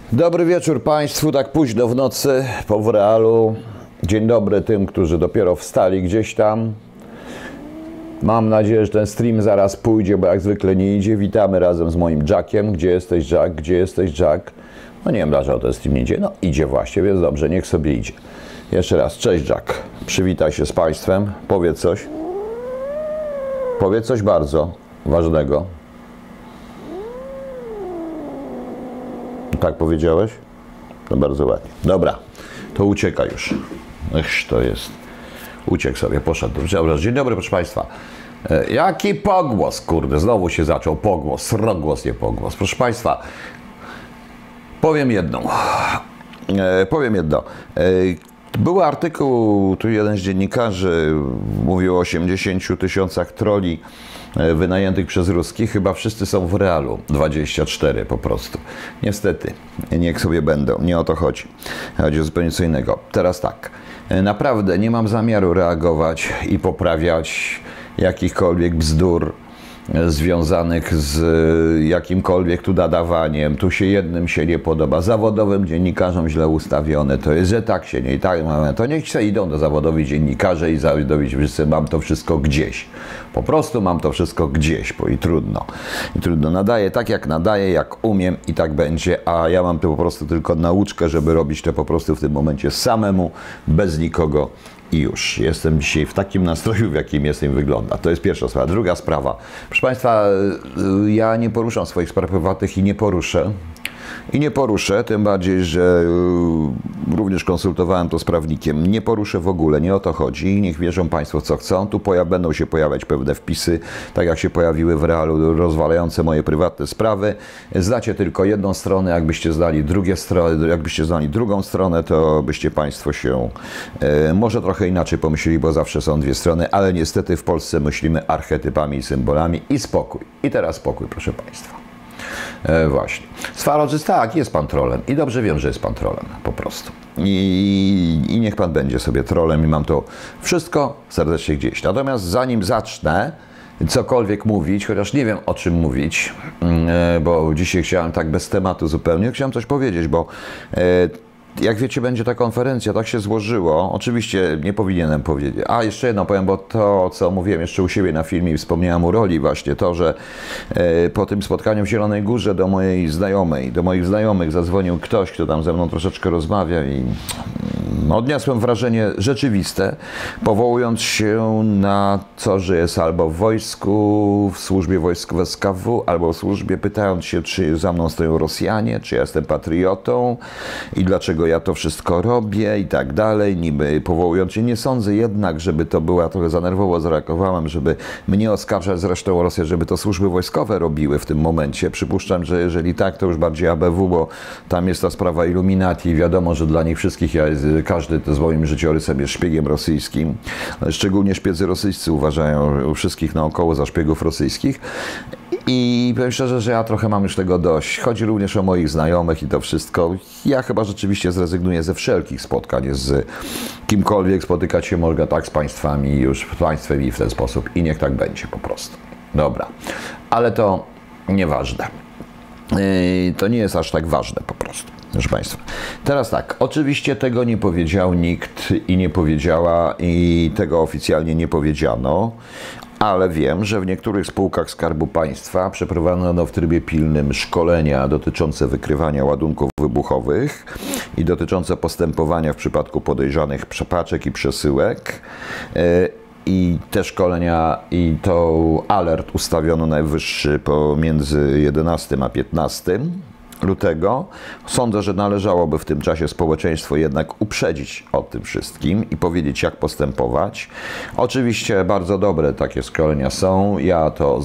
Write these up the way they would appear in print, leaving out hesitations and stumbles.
Dobry wieczór Państwu, tak późno w nocy, po realu. Dzień dobry tym, którzy dopiero wstali gdzieś tam. Mam nadzieję, że ten stream zaraz pójdzie, bo jak zwykle nie idzie. Witamy razem z moim Jackiem. Gdzie jesteś, Jack? Gdzie jesteś, Jack? No nie wiem, dlaczego ten stream nie idzie. No idzie właśnie, więc dobrze, niech sobie idzie. Jeszcze raz, cześć Jack. Przywitaj się z Państwem. Powiedz coś. Powiedz coś bardzo ważnego. Tak powiedziałeś? No bardzo ładnie. Dobra, to ucieka już. Ech, to jest. Uciekł sobie, poszedł. Dobrze, dzień dobry, proszę Państwa. Jaki pogłos, kurde, znowu się zaczął pogłos, srogłos, nie pogłos. Proszę Państwa, powiem jedno. Był artykuł, tu jeden z dziennikarzy mówił o 80 000 troli wynajętych przez Ruskich. Chyba wszyscy są w realu. 24 po prostu. Niestety, niech sobie będą. Nie o to chodzi. Chodzi o zupełnie co innego. Teraz tak. Naprawdę nie mam zamiaru reagować i poprawiać jakichkolwiek bzdur związanych z jakimkolwiek tu nadawaniem. Tu się jednym się nie podoba. Zawodowym dziennikarzom źle ustawione. To jest, że tak się nie tak. To niech się idą do zawodowi dziennikarze i zawodowi wszyscy. Mam to wszystko gdzieś. Po prostu mam to wszystko gdzieś, bo i trudno. I trudno. Nadaję tak, jak nadaję, jak umiem i tak będzie, a ja mam to po prostu tylko nauczkę, żeby robić to po prostu w tym momencie samemu, bez nikogo. I już. Jestem dzisiaj w takim nastroju, w jakim jestem, wygląda. To jest pierwsza sprawa. Druga sprawa. Proszę Państwa, ja nie poruszam swoich spraw prywatnych i nie poruszę. Tym bardziej, że również konsultowałem to z prawnikiem. Nie poruszę w ogóle, nie o to chodzi. Niech wierzą Państwo, co chcą. Tu będą się pojawiać pewne wpisy, tak jak się pojawiły w realu, rozwalające moje prywatne sprawy. Znacie tylko jedną stronę, jakbyście znali drugą stronę, to byście Państwo się może trochę inaczej pomyśleli, bo zawsze są dwie strony, ale niestety w Polsce myślimy archetypami i symbolami i spokój. I teraz spokój, proszę Państwa. Właśnie. Swaroczyc, tak, jest Pan trolem i dobrze wiem, że jest Pan trolem, po prostu. I niech Pan będzie sobie trolem i mam to wszystko serdecznie gdzieś. Natomiast zanim zacznę cokolwiek mówić, chociaż nie wiem o czym mówić, bo dzisiaj chciałem tak bez tematu zupełnie, chciałem coś powiedzieć, bo jak wiecie, będzie ta konferencja, tak się złożyło. Oczywiście nie powinienem powiedzieć. A jeszcze jedno powiem, bo to, co mówiłem jeszcze u siebie na filmie i wspomniałem o roli właśnie, to, że po tym spotkaniu w Zielonej Górze do moich znajomych zadzwonił ktoś, kto tam ze mną troszeczkę rozmawia i odniosłem wrażenie rzeczywiste, powołując się na to, że jest albo w wojsku, w służbie wojsk w SKW, albo w służbie, pytając się, czy za mną stoją Rosjanie, czy ja jestem patriotą i dlaczego ja to wszystko robię i tak dalej, niby powołując się. Nie sądzę jednak, żeby to była, trochę za nerwowo zareagowałem, żeby mnie oskarżać zresztą o Rosję, żeby to służby wojskowe robiły w tym momencie. Przypuszczam, że jeżeli tak, to już bardziej ABW, bo tam jest ta sprawa Illuminati i wiadomo, że dla nich wszystkich każdy z moim życiorysem jest szpiegiem rosyjskim. Szczególnie szpiedzy rosyjscy uważają wszystkich naokoło za szpiegów rosyjskich. I powiem szczerze, że ja trochę mam już tego dość. Chodzi również o moich znajomych i to wszystko. Ja chyba rzeczywiście zrezygnuję ze wszelkich spotkań z kimkolwiek. Spotykać się mogę tak z państwami, już z państwem i w ten sposób. I niech tak będzie po prostu. Dobra. Ale to nieważne. To nie jest aż tak ważne po prostu. Proszę Państwa. Teraz tak, oczywiście tego nie powiedział nikt i nie powiedziała i tego oficjalnie nie powiedziano, ale wiem, że w niektórych spółkach Skarbu Państwa przeprowadzono w trybie pilnym szkolenia dotyczące wykrywania ładunków wybuchowych i dotyczące postępowania w przypadku podejrzanych paczek i przesyłek. I te szkolenia i to alert ustawiono najwyższy pomiędzy 11 a 15 lutego. Sądzę, że należałoby w tym czasie społeczeństwo jednak uprzedzić o tym wszystkim i powiedzieć, jak postępować. Oczywiście bardzo dobre takie szkolenia są. Ja to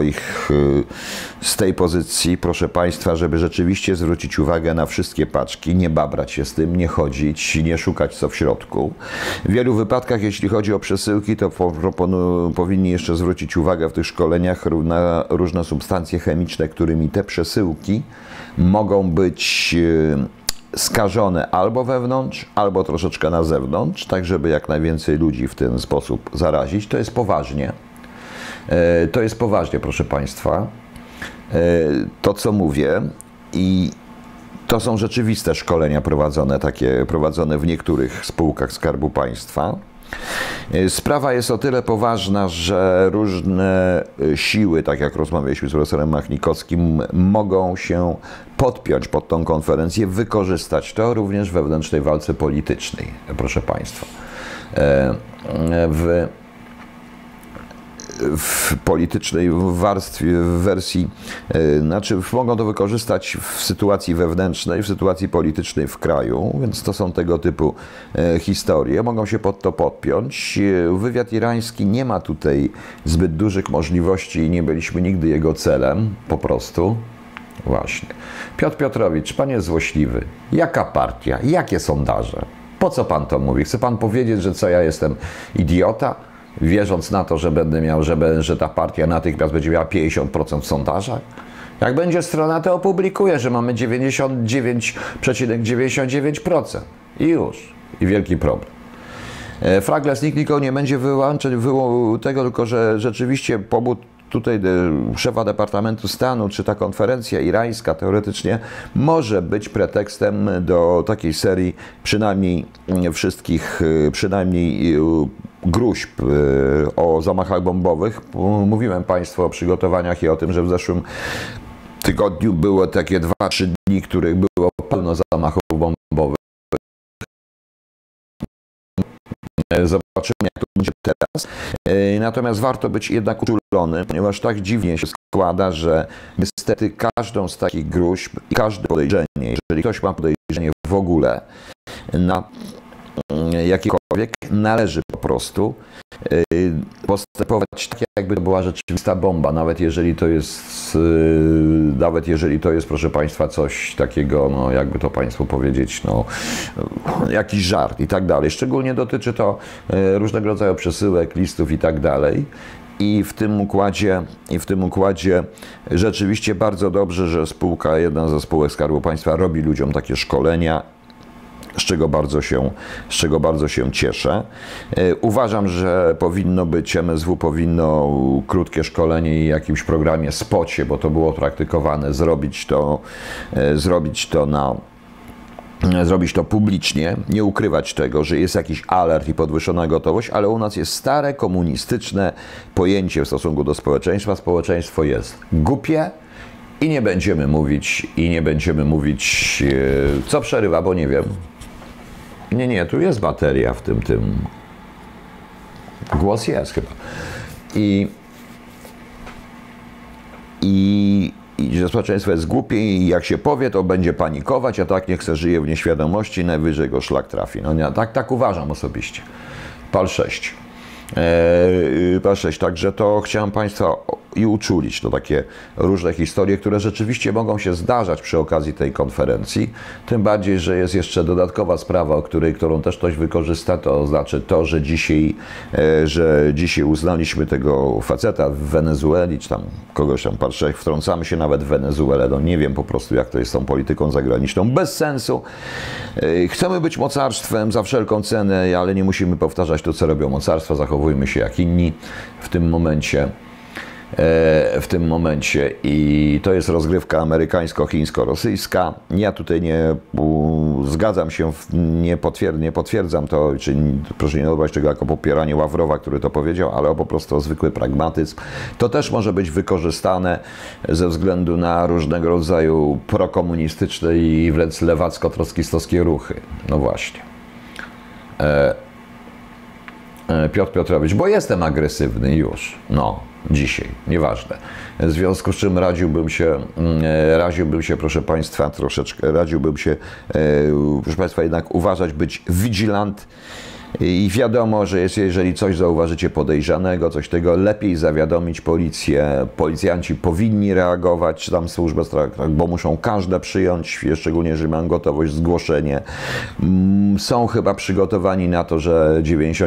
z tej pozycji, proszę Państwa, żeby rzeczywiście zwrócić uwagę na wszystkie paczki, nie babrać się z tym, nie chodzić, nie szukać co w środku. W wielu wypadkach, jeśli chodzi o przesyłki, to powinni jeszcze zwrócić uwagę w tych szkoleniach na różne substancje chemiczne, którymi te przesyłki mogą być skażone albo wewnątrz, albo troszeczkę na zewnątrz, tak żeby jak najwięcej ludzi w ten sposób zarazić. To jest poważnie. To jest poważnie, proszę Państwa, to co mówię. I To są rzeczywiste szkolenia prowadzone w niektórych spółkach Skarbu Państwa. Sprawa jest o tyle poważna, że różne siły, tak jak rozmawialiśmy z profesorem Machnikowskim, mogą się podpiąć pod tą konferencję, wykorzystać to również w wewnętrznej walce politycznej, proszę Państwa. W politycznej warstwie, w wersji, znaczy mogą to wykorzystać w sytuacji wewnętrznej, w sytuacji politycznej w kraju, więc to są tego typu historie, mogą się pod to podpiąć. Wywiad irański nie ma tutaj zbyt dużych możliwości i nie byliśmy nigdy jego celem, po prostu. Właśnie. Piotr Piotrowicz, panie złośliwy, jaka partia, jakie sondaże? Po co pan to mówi? Chce pan powiedzieć, że co, ja jestem idiota? Wierząc na to, że będę miał, że ta partia natychmiast będzie miała 50% w sondażach? Jak będzie strona, to opublikuję, że mamy 99,99% i już. I wielki problem. Fragles, nikt nikogo nie będzie wyłączyć tego, tylko że rzeczywiście pobud tutaj szefa Departamentu Stanu, czy ta konferencja irańska teoretycznie może być pretekstem do takiej serii przynajmniej gruźb o zamachach bombowych. Mówiłem Państwu o przygotowaniach i o tym, że w zeszłym tygodniu było takie 2-3 dni, których było pełno zamachów bombowych. Zobaczymy, jak to będzie teraz. Natomiast warto być jednak uczulony, ponieważ tak dziwnie się składa, że niestety każdą z takich gruźb i każde podejrzenie, jeżeli ktoś ma podejrzenie w ogóle na jakiekolwiek, należy po prostu postępować tak, jakby to była rzeczywista bomba, nawet jeżeli to jest, proszę Państwa, coś takiego, no jakby to Państwu powiedzieć, no jakiś żart i tak dalej. Szczególnie dotyczy to różnego rodzaju przesyłek, listów i tak dalej. I w tym układzie rzeczywiście bardzo dobrze, że spółka, jedna ze spółek Skarbu Państwa robi ludziom takie szkolenia, z czego bardzo się cieszę. Uważam, że powinno być, MSW powinno krótkie szkolenie i jakimś programie spocie, bo to było praktykowane, zrobić to publicznie, nie ukrywać tego, że jest jakiś alert i podwyższona gotowość, ale u nas jest stare komunistyczne pojęcie w stosunku do społeczeństwa. Społeczeństwo jest głupie i nie będziemy mówić, co przerywa, bo nie wiem. Nie, tu jest bateria w tym. Głos jest chyba. I że społeczeństwo jest głupie i jak się powie, to będzie panikować, a tak niech se żyje w nieświadomości, najwyżej go szlak trafi. No nie, tak uważam osobiście. PAL 6. Także to chciałem Państwa i uczulić. To takie różne historie, które rzeczywiście mogą się zdarzać przy okazji tej konferencji. Tym bardziej, że jest jeszcze dodatkowa sprawa, którą też ktoś wykorzysta, to znaczy to, że dzisiaj uznaliśmy tego faceta w Wenezueli, czy tam kogoś tam, patrzę, wtrącamy się nawet w Wenezuelę. No nie wiem po prostu, jak to jest z tą polityką zagraniczną. Bez sensu. Chcemy być mocarstwem za wszelką cenę, ale nie musimy powtarzać to, co robią mocarstwa. Zachowujmy się jak inni w tym momencie i to jest rozgrywka amerykańsko-chińsko-rosyjska. Ja tutaj nie zgadzam się, nie potwierdzam to, czy proszę nie odebrać tego jako popieranie Ławrowa, który to powiedział, ale po prostu o zwykły pragmatyzm. To też może być wykorzystane ze względu na różnego rodzaju prokomunistyczne i wręcz lewacko-trockistowskie ruchy. No właśnie. Piotr Piotrowicz, bo jestem agresywny już, no, dzisiaj, nieważne. W związku z czym radziłbym się, proszę Państwa, proszę Państwa, jednak uważać, być vigilant i wiadomo, że jeżeli coś zauważycie podejrzanego, coś tego, lepiej zawiadomić policję. Policjanci powinni reagować, czy tam służbę, bo muszą każde przyjąć, szczególnie jeżeli mają gotowość, zgłoszenie. Są chyba przygotowani na to, że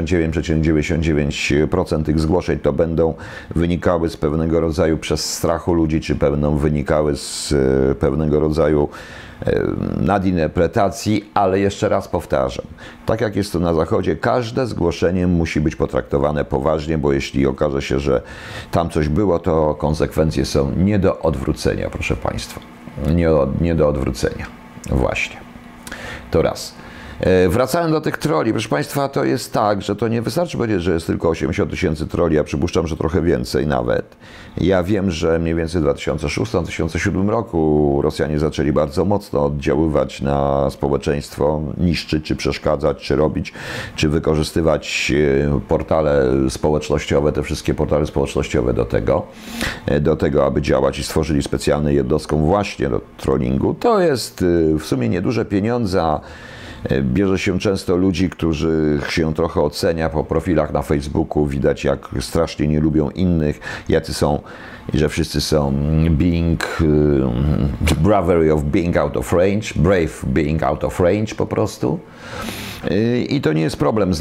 99,99% tych zgłoszeń to będą wynikały z pewnego rodzaju przez strachu ludzi, czy będą wynikały z pewnego rodzaju nadinterpretacji, ale jeszcze raz powtarzam, tak jak jest to na Zachodzie, każde zgłoszenie musi być potraktowane poważnie, bo jeśli okaże się, że tam coś było, to konsekwencje są nie do odwrócenia, proszę Państwa. Nie do odwrócenia. Właśnie. To raz. Wracając do tych troli, proszę Państwa, to jest tak, że to nie wystarczy powiedzieć, że jest tylko 80 000 troli, ja przypuszczam, że trochę więcej nawet. Ja wiem, że mniej więcej w 2006-2007 roku Rosjanie zaczęli bardzo mocno oddziaływać na społeczeństwo, niszczyć, czy przeszkadzać, czy robić, czy wykorzystywać portale społecznościowe, te wszystkie portale społecznościowe do tego, aby działać i stworzyli specjalne jednostkę właśnie do trollingu. To jest w sumie nieduże pieniądze, a bierze się często ludzi, których się trochę ocenia po profilach na Facebooku. Widać, jak strasznie nie lubią innych, jacy są, i że wszyscy są bravery of being out of range, brave being out of range po prostu. I to nie jest problem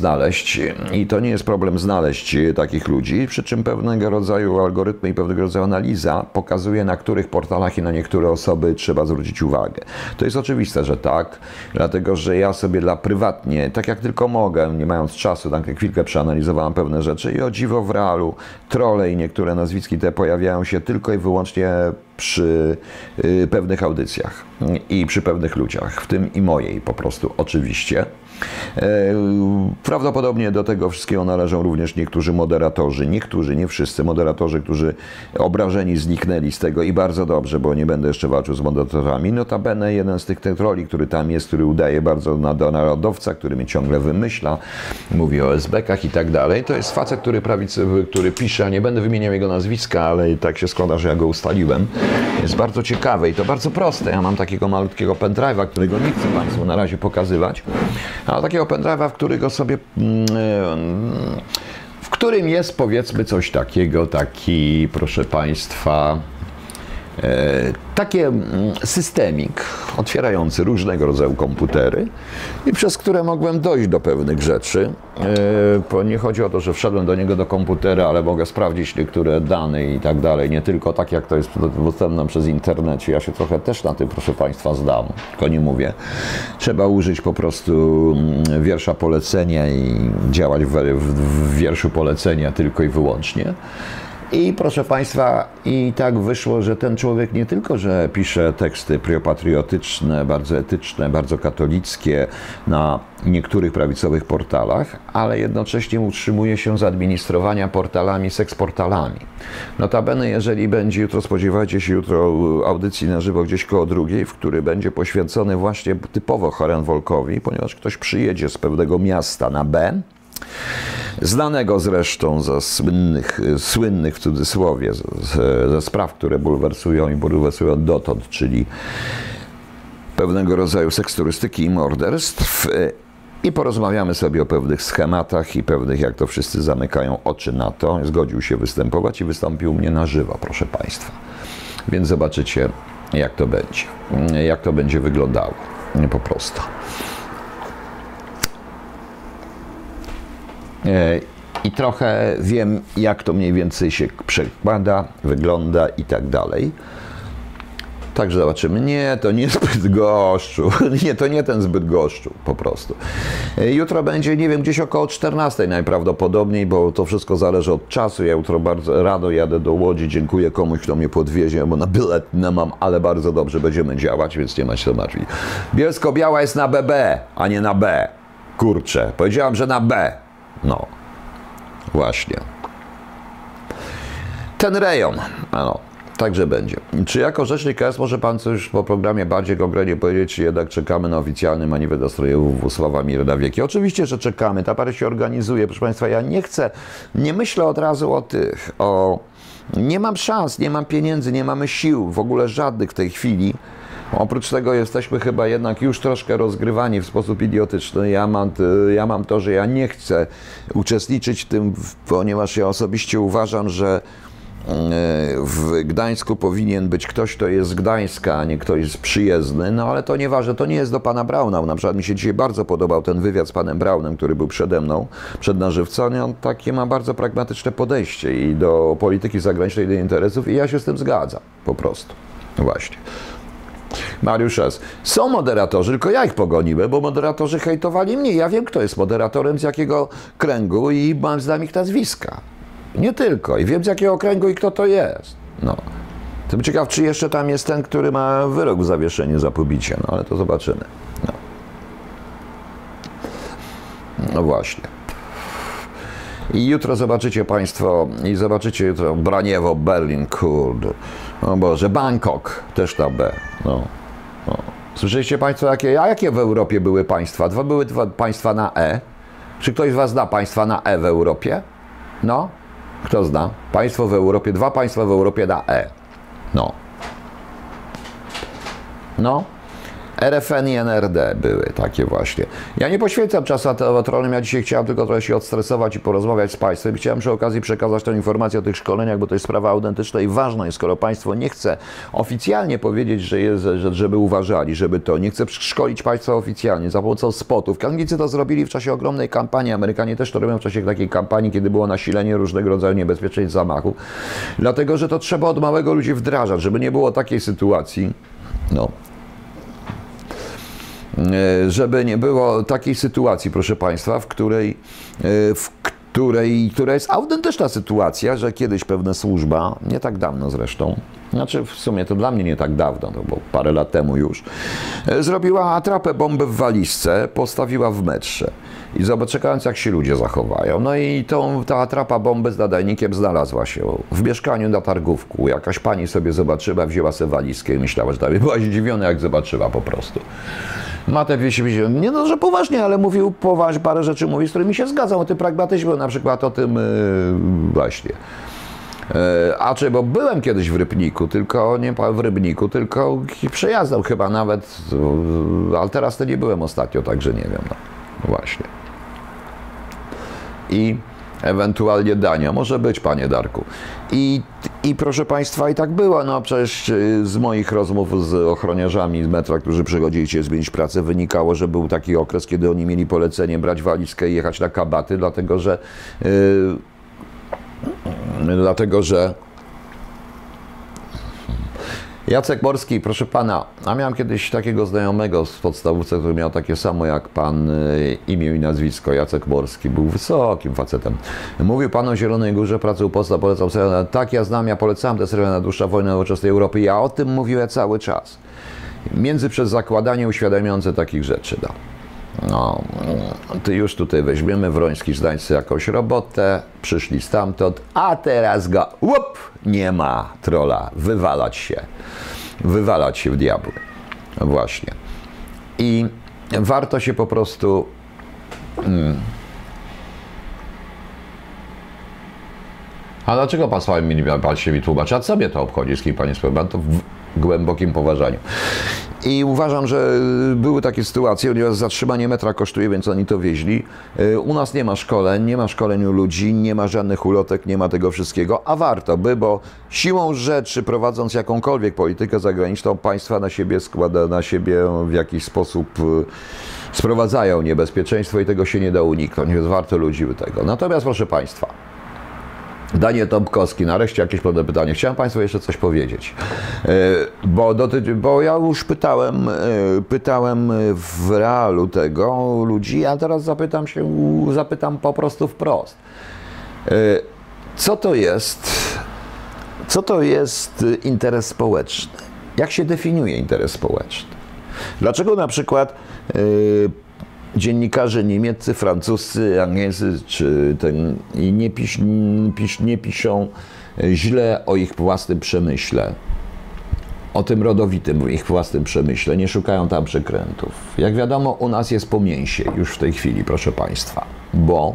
znaleźć takich ludzi, przy czym pewnego rodzaju algorytmy i pewnego rodzaju analiza pokazuje, na których portalach i na niektóre osoby trzeba zwrócić uwagę. To jest oczywiste, że tak, dlatego że ja sobie prywatnie, tak jak tylko mogę, nie mając czasu, tak chwilkę przeanalizowałem pewne rzeczy i o dziwo w realu trolle i niektóre nazwiski te pojawiają się tylko i wyłącznie przy pewnych audycjach i przy pewnych ludziach, w tym i mojej po prostu, oczywiście. Prawdopodobnie do tego wszystkiego należą również niektórzy moderatorzy, nie wszyscy moderatorzy, którzy obrażeni zniknęli z tego i bardzo dobrze, bo nie będę jeszcze walczył z moderatorami. Notabene jeden z tych troli, który tam jest, który udaje bardzo narodowca, który mnie ciągle wymyśla, mówi o SB-kach i tak dalej, to jest facet, który pisze, a nie będę wymieniał jego nazwiska, ale tak się składa, że ja go ustaliłem. Jest bardzo ciekawe i to bardzo proste. Ja mam takiego malutkiego pendrive'a, którego nie chcę Państwu na razie pokazywać, ale takiego pendrive'a, w którym jest, powiedzmy, coś takiego, proszę Państwa, taki systemik otwierający różnego rodzaju komputery i przez które mogłem dojść do pewnych rzeczy. Nie chodzi o to, że wszedłem do niego do komputera, ale mogę sprawdzić niektóre dane i tak dalej, nie tylko tak, jak to jest dostępne przez internet. Ja się trochę też na tym, proszę Państwa, zdam, tylko nie mówię. Trzeba użyć po prostu wiersza polecenia i działać w wierszu polecenia tylko i wyłącznie. I proszę Państwa, i tak wyszło, że ten człowiek nie tylko, że pisze teksty propatriotyczne, bardzo etyczne, bardzo katolickie na niektórych prawicowych portalach, ale jednocześnie utrzymuje się z administrowania portalami, seksportalami. Notabene, jeżeli będzie jutro, spodziewajcie się jutro audycji na żywo gdzieś koło 2:00, w który będzie poświęcony właśnie typowo Horenvolkowi, ponieważ ktoś przyjedzie z pewnego miasta na B, znanego zresztą ze słynnych w cudzysłowie, ze spraw, które bulwersują dotąd, czyli pewnego rodzaju seksturystyki i morderstw. I porozmawiamy sobie o pewnych schematach i pewnych, jak to wszyscy zamykają oczy na to. Zgodził się występować i wystąpił mnie na żywo, proszę Państwa. Więc zobaczycie, jak to będzie wyglądało, po prostu. I trochę wiem, jak to mniej więcej się przekłada, wygląda i tak dalej. Także zobaczymy. Nie, to nie zbyt goszczu. Nie, to nie ten zbyt goszczu, po prostu. Jutro będzie, nie wiem, gdzieś około 14:00 najprawdopodobniej, bo to wszystko zależy od czasu. Ja jutro bardzo rado jadę do Łodzi. Dziękuję komuś, kto mnie podwiezie, bo na bilet nie mam, ale bardzo dobrze będziemy działać, więc nie ma się co martwić. Bielsko-Biała jest na BB, a nie na B. Kurczę, powiedziałam, że na B. No, właśnie. Ten rejon, no, także będzie. Czy jako rzecznik KS może Pan coś po programie bardziej konkretnie powiedzieć, czy jednak czekamy na oficjalny manifest nastrojów Sławomira Dawieki? Oczywiście, że czekamy, ta parę się organizuje. Proszę Państwa, ja nie myślę od razu nie mam szans, nie mam pieniędzy, nie mamy sił, w ogóle żadnych w tej chwili. Oprócz tego jesteśmy chyba jednak już troszkę rozgrywani w sposób idiotyczny. Ja mam to, że ja nie chcę uczestniczyć w tym, ponieważ ja osobiście uważam, że w Gdańsku powinien być ktoś, kto jest z Gdańska, a nie ktoś przyjezdny, no ale to nieważne, to nie jest do pana Brauna. Na przykład mi się dzisiaj bardzo podobał ten wywiad z panem Braunem, który był przede mną, przed na żywca. On takie ma bardzo pragmatyczne podejście i do polityki zagranicznej, do interesów i ja się z tym zgadzam, po prostu. Właśnie. Mariusz S. Są moderatorzy, tylko ja ich pogoniłem, bo moderatorzy hejtowali mnie. Ja wiem, kto jest moderatorem, z jakiego kręgu i znam ich nazwiska. Nie tylko. I wiem, z jakiego kręgu i kto to jest. No. Jestem ciekaw, czy jeszcze tam jest ten, który ma wyrok w zawieszeniu za pobicie, no ale to zobaczymy. No, no właśnie. I jutro zobaczycie Państwo, jutro Braniewo, Berlin, kurde, o Boże, Bangkok, też ta B, no. Słyszeliście Państwo, jakie w Europie były państwa? Były dwa państwa na E. Czy ktoś z Was zna państwa na E w Europie? No, kto zna? Państwo w Europie, dwa państwa w Europie na E. No. No. RFN i NRD były takie właśnie. Ja nie poświęcam czasu teatralnym, ja dzisiaj chciałem tylko trochę się odstresować i porozmawiać z Państwem. Chciałem przy okazji przekazać tę informację o tych szkoleniach, bo to jest sprawa autentyczna i ważna. I skoro Państwo nie chce oficjalnie powiedzieć, żeby uważali, żeby to, nie chce szkolić Państwa oficjalnie za pomocą spotów. Anglicy to zrobili w czasie ogromnej kampanii, Amerykanie też to robią w czasie takiej kampanii, kiedy było nasilenie różnego rodzaju niebezpieczeństw zamachu. Dlatego, że to trzeba od małego ludzi wdrażać, żeby nie było takiej sytuacji, no, żeby nie było takiej sytuacji, proszę Państwa, która jest autentyczna sytuacja, że kiedyś pewna służba, nie tak dawno zresztą, znaczy w sumie to dla mnie nie tak dawno, to było parę lat temu już, zrobiła atrapę bombę w walizce, postawiła w metrze i czekając jak się ludzie zachowają. No i ta atrapa bomby z nadajnikiem znalazła się w mieszkaniu na Targówku. Jakaś pani sobie zobaczyła, wzięła sobie walizkę i myślała, że była zdziwiona jak zobaczyła po prostu. Nie no, że poważnie, ale mówił poważnie, parę rzeczy mówi, z którymi się zgadzam, o tym pragmatyzmie, na przykład o tym właśnie. Bo byłem kiedyś w Rybniku, tylko przejazdem chyba nawet, ale teraz to nie byłem ostatnio, także nie wiem, no właśnie. I ewentualnie Dania, może być, panie Darku. I proszę Państwa, i tak było, no przecież z moich rozmów z ochroniarzami z metra, którzy przychodzili się zmienić pracę, wynikało, że był taki okres, kiedy oni mieli polecenie brać walizkę i jechać na Kabaty, dlatego że Jacek Morski, proszę pana, a miałem kiedyś takiego znajomego z podstawówce, który miał takie samo jak pan imię i nazwisko, Jacek Morski, był wysokim facetem. Mówił pan o Zielonej Górze, pracę u posta, polecał serial. Tak, ja znam, ja polecałem te seriale na Dłuższa wojna nowoczesnej Europy, ja o tym mówiłem cały czas. Między przez zakładanie uświadamiające takich rzeczy, no. No, to już tutaj weźmiemy Wroński, znajdź jakąś robotę, przyszli stamtąd, a teraz go, nie ma trolla, wywalać się w diabły, właśnie. I warto się po prostu, a dlaczego pan się mi tłumaczy, a co mnie to obchodzi, z kim pan jest, pan to w głębokim poważaniu. I uważam, że były takie sytuacje, ponieważ zatrzymanie metra kosztuje, więc oni to wieźli. U nas nie ma szkoleń u ludzi, nie ma żadnych ulotek, nie ma tego wszystkiego, a warto by, bo siłą rzeczy, prowadząc jakąkolwiek politykę zagraniczną, państwa na siebie w jakiś sposób sprowadzają niebezpieczeństwo i tego się nie da uniknąć, więc warto ludzi tego. Natomiast proszę Państwa, Daniel Tomkowski, nareszcie jakieś podobne pytanie. Chciałem Państwu jeszcze coś powiedzieć, bo ja już pytałem w realu tego ludzi, a teraz zapytam po prostu wprost. Co to jest interes społeczny? Jak się definiuje interes społeczny? Dlaczego na przykład dziennikarze niemieccy, francuscy, angielscy nie piszą źle o ich własnym przemyśle, o tym rodowitym ich własnym przemyśle, nie szukają tam przekrętów. Jak wiadomo, u nas jest pomięsie już w tej chwili, proszę Państwa, bo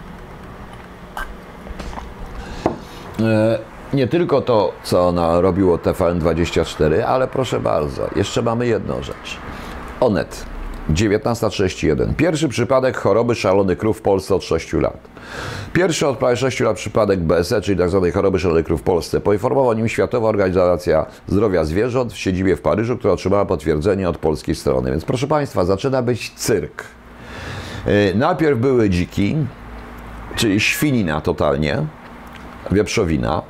nie tylko to, co robiło TVN24, ale proszę bardzo, jeszcze mamy jedną rzecz. Onet. 19:31. Pierwszy przypadek choroby szalonych krów w Polsce od 6 lat. Pierwszy od prawie 6 lat przypadek BSE, czyli tzw. choroby szalonych krów w Polsce. Poinformowała o nim Światowa Organizacja Zdrowia Zwierząt w siedzibie w Paryżu, która otrzymała potwierdzenie od polskiej strony. Więc proszę Państwa, zaczyna być cyrk. Najpierw były dziki, czyli świnina totalnie, wieprzowina.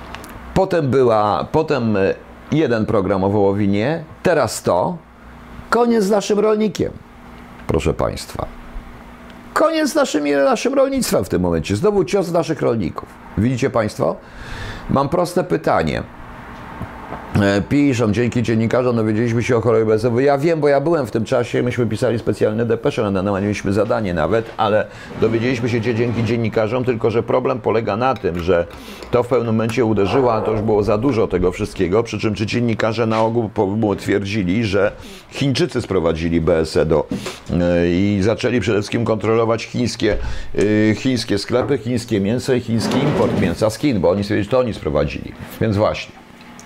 Potem jeden program o wołowinie, teraz to. Koniec z naszym rolnikiem, proszę Państwa. Koniec z naszym rolnictwem w tym momencie. Znowu cios naszych rolników. Widzicie Państwo? Mam proste pytanie. Piszą, dzięki dziennikarzom dowiedzieliśmy się o chorobie BSF. Ja wiem, bo ja byłem w tym czasie, myśmy pisali specjalne depesze na ten temat, mieliśmy zadanie nawet, ale dowiedzieliśmy się dzięki dziennikarzom, tylko że problem polega na tym, że to w pewnym momencie uderzyło, a to już było za dużo tego wszystkiego, przy czym ci dziennikarze na ogół twierdzili, że Chińczycy sprowadzili BSE i zaczęli przede wszystkim kontrolować chińskie sklepy, chińskie mięso i chiński import mięsa z Chin, bo oni stwierdzili, że to oni sprowadzili. Więc właśnie.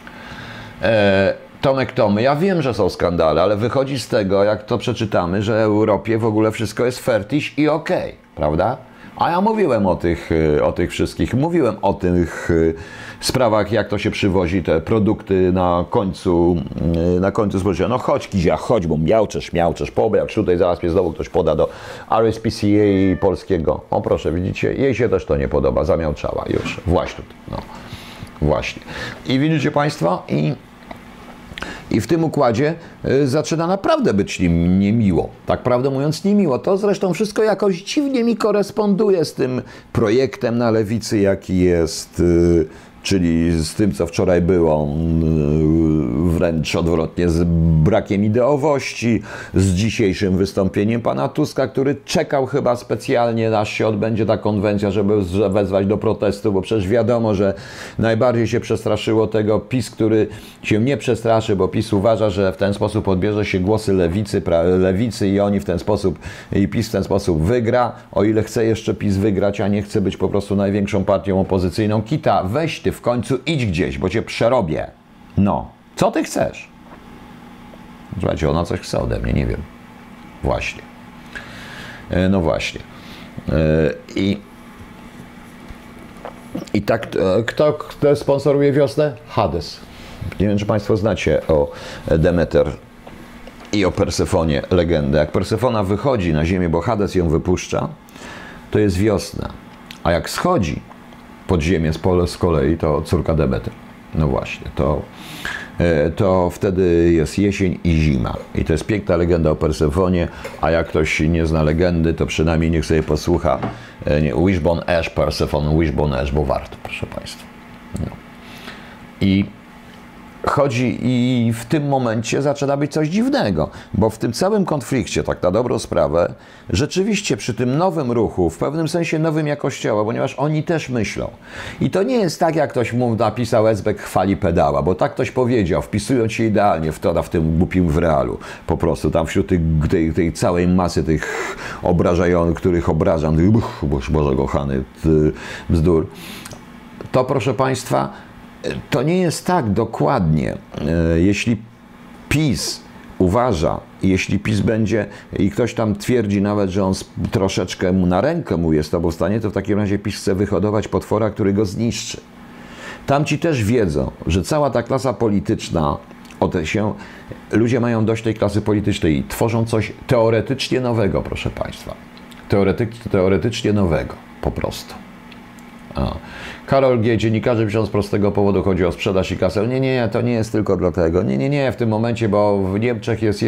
Tomek Tomy, ja wiem, że są skandale, ale wychodzi z tego, jak to przeczytamy, że w Europie w ogóle wszystko jest fertiż i okej, prawda? A ja mówiłem o tych wszystkich, mówiłem o tych sprawach, jak to się przywozi te produkty na końcu spożycia. No chodź Kizia, chodź, bo miałczesz, pobieg, tutaj zaraz mnie znowu ktoś poda do RSPCA polskiego. O proszę, widzicie, jej się też to nie podoba, zamiałczała już, właśnie tutaj, no. Właśnie. I widzicie Państwo, i w tym układzie zaczyna naprawdę być niemiło. Tak prawdę mówiąc niemiło. To zresztą wszystko jakoś dziwnie mi koresponduje z tym projektem na lewicy, jaki jest, czyli z tym, co wczoraj było, wręcz odwrotnie, z brakiem ideowości, z dzisiejszym wystąpieniem pana Tuska, który czekał chyba specjalnie, aż się odbędzie ta konwencja, żeby wezwać do protestu, bo przecież wiadomo, że najbardziej się przestraszyło tego PiS, który się nie przestraszy, bo PiS uważa, że w ten sposób odbierze się głosy lewicy i oni w ten sposób, i PiS w ten sposób wygra, o ile chce jeszcze PiS wygrać, a nie chce być po prostu największą partią opozycyjną. Kita, weź ty w końcu idź gdzieś, bo cię przerobię. No, co ty chcesz? Słuchajcie, ona coś chce ode mnie, nie wiem. Właśnie. No właśnie. I tak, kto sponsoruje wiosnę? Hades. Nie wiem, czy Państwo znacie o Demeter i o Persefonie legendę. Jak Persefona wychodzi na ziemię, bo Hades ją wypuszcza, to jest wiosna. A jak schodzi pod ziemię z kolei, to córka Demeter. No właśnie, to wtedy jest jesień i zima. I to jest piękna legenda o Persefonie, a jak ktoś nie zna legendy, to przynajmniej niech sobie posłucha Wishbone Ash, Persephone, Wishbone Ash, bo warto, proszę Państwa. No. I chodzi i w tym momencie zaczyna być coś dziwnego, bo w tym całym konflikcie, tak na dobrą sprawę, rzeczywiście przy tym nowym ruchu, w pewnym sensie nowym jak Kościoła, ponieważ oni też myślą. I to nie jest tak, jak ktoś mu napisał, Esbek chwali pedała, bo tak ktoś powiedział, wpisując się idealnie w tym głupim w realu, po prostu tam wśród tej całej masy tych obrażających, których obrażam, Boże kochany, bzdur, to proszę Państwa, to nie jest tak dokładnie. Jeśli PiS uważa, jeśli PiS będzie i ktoś tam twierdzi nawet, że on troszeczkę na rękę mu jest to w stanie, to w takim razie PiS chce wyhodować potwora, który go zniszczy. Tamci też wiedzą, że cała ta klasa polityczna, ludzie mają dość tej klasy politycznej i tworzą coś teoretycznie nowego, proszę Państwa. Teoretycznie nowego, po prostu. Karol G. Dziennikarze piszą z prostego powodu, chodzi o sprzedaż i kasę. Nie, to nie jest tylko dlatego. Nie, w tym momencie, bo w Niemczech jest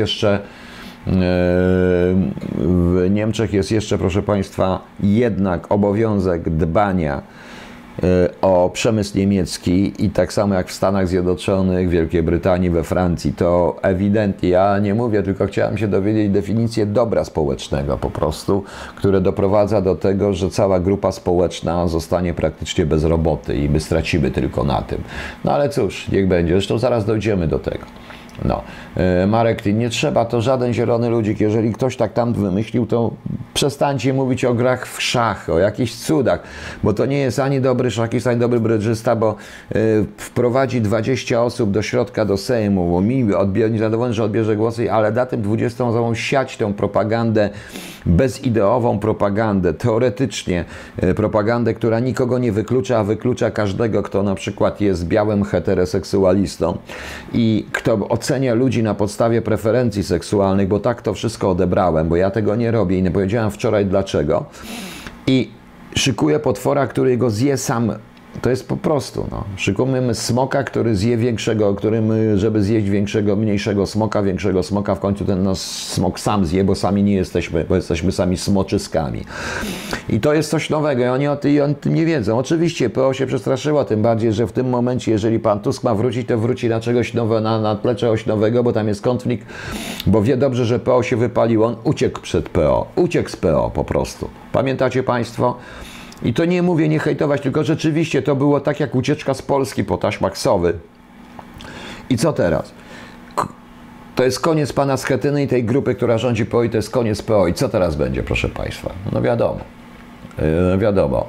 jeszcze, proszę Państwa, jednak obowiązek dbania o przemysł niemiecki i tak samo jak w Stanach Zjednoczonych, Wielkiej Brytanii, we Francji, to ewidentnie, ja nie mówię, tylko chciałem się dowiedzieć definicję dobra społecznego po prostu, które doprowadza do tego, że cała grupa społeczna zostanie praktycznie bez roboty i my stracimy tylko na tym. No ale cóż, niech będzie, zresztą zaraz dojdziemy do tego. No, Marek, nie trzeba, to żaden zielony ludzik. Jeżeli ktoś tak tam wymyślił, to przestańcie mówić o grach w szachy, o jakichś cudach, bo to nie jest ani dobry szachista, ani dobry brydżysta, bo wprowadzi 20 osób do środka, do Sejmu, bo mi niezadowolony, że odbierze głosy, ale da tym 20 osobom siać tę propagandę, bezideową propagandę, teoretycznie propagandę, która nikogo nie wyklucza, a wyklucza każdego, kto na przykład jest białym heteroseksualistą i kto ocenia ludzi na podstawie preferencji seksualnych, bo tak to wszystko odebrałem, bo ja tego nie robię i nie powiedziałem wczoraj dlaczego. I szykuje potwora, który go zje sam To jest po prostu, no. Szykujemy smoka, który zje większego, żeby zjeść mniejszego smoka, w końcu ten nasz smok sam zje, bo sami nie jesteśmy, bo jesteśmy sami smoczyskami. I to jest coś nowego i oni o tym nie wiedzą. Oczywiście PO się przestraszyło, tym bardziej, że w tym momencie, jeżeli pan Tusk ma wrócić, to wróci na czegoś nowego, na plecze ośnowego, bo tam jest konflikt, bo wie dobrze, że PO się wypalił, on uciekł przed PO, uciekł z PO po prostu. Pamiętacie państwo? I to nie mówię, nie hejtować, tylko rzeczywiście to było tak jak ucieczka z Polski po taśmach Sowy. I co teraz? To jest koniec pana Schetyny i tej grupy, która rządzi PO i to jest koniec PO. I co teraz będzie, proszę państwa? No wiadomo. Wiadomo.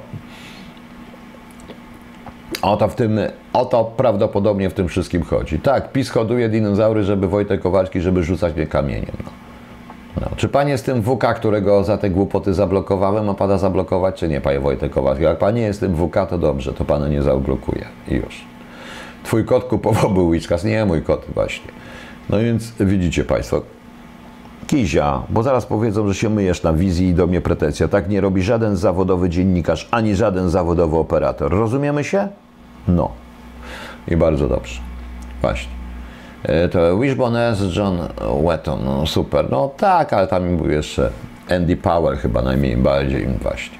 O to prawdopodobnie w tym wszystkim chodzi. Tak, PiS hoduje dinozaury, żeby Wojtek Kowalski, żeby rzucać mnie kamieniem. No. Czy pan jest tym WK, którego za te głupoty zablokowałem, a pana zablokować, czy nie, panie Wojtek Kowalski? Jak pan nie jest tym WK, to dobrze, to pana nie zablokuję. I już. Twój kot kupował był Whiskas, nie mój kot właśnie. No więc widzicie państwo, Kizia, bo zaraz powiedzą, że się myjesz na wizji i do mnie pretensja. Tak nie robi żaden zawodowy dziennikarz, ani żaden zawodowy operator. Rozumiemy się? No. I bardzo dobrze. Właśnie. To Wishbone S. John Wetton, no super. No tak, ale tam był jeszcze Andy Powell chyba najmniej bardziej właśnie.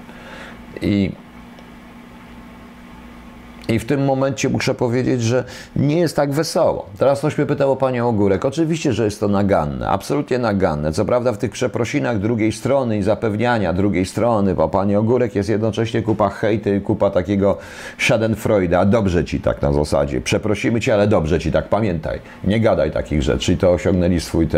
I w tym momencie muszę powiedzieć, że nie jest tak wesoło. Teraz ktoś mnie pytał o panią Ogórek. Oczywiście, że jest to naganne, absolutnie naganne. Co prawda w tych przeprosinach drugiej strony i zapewniania drugiej strony, bo pani Ogórek jest jednocześnie kupa hejty, kupa takiego schadenfreude. A dobrze ci tak na zasadzie. Przeprosimy cię, ale dobrze ci tak. Pamiętaj, nie gadaj takich rzeczy. I to osiągnęli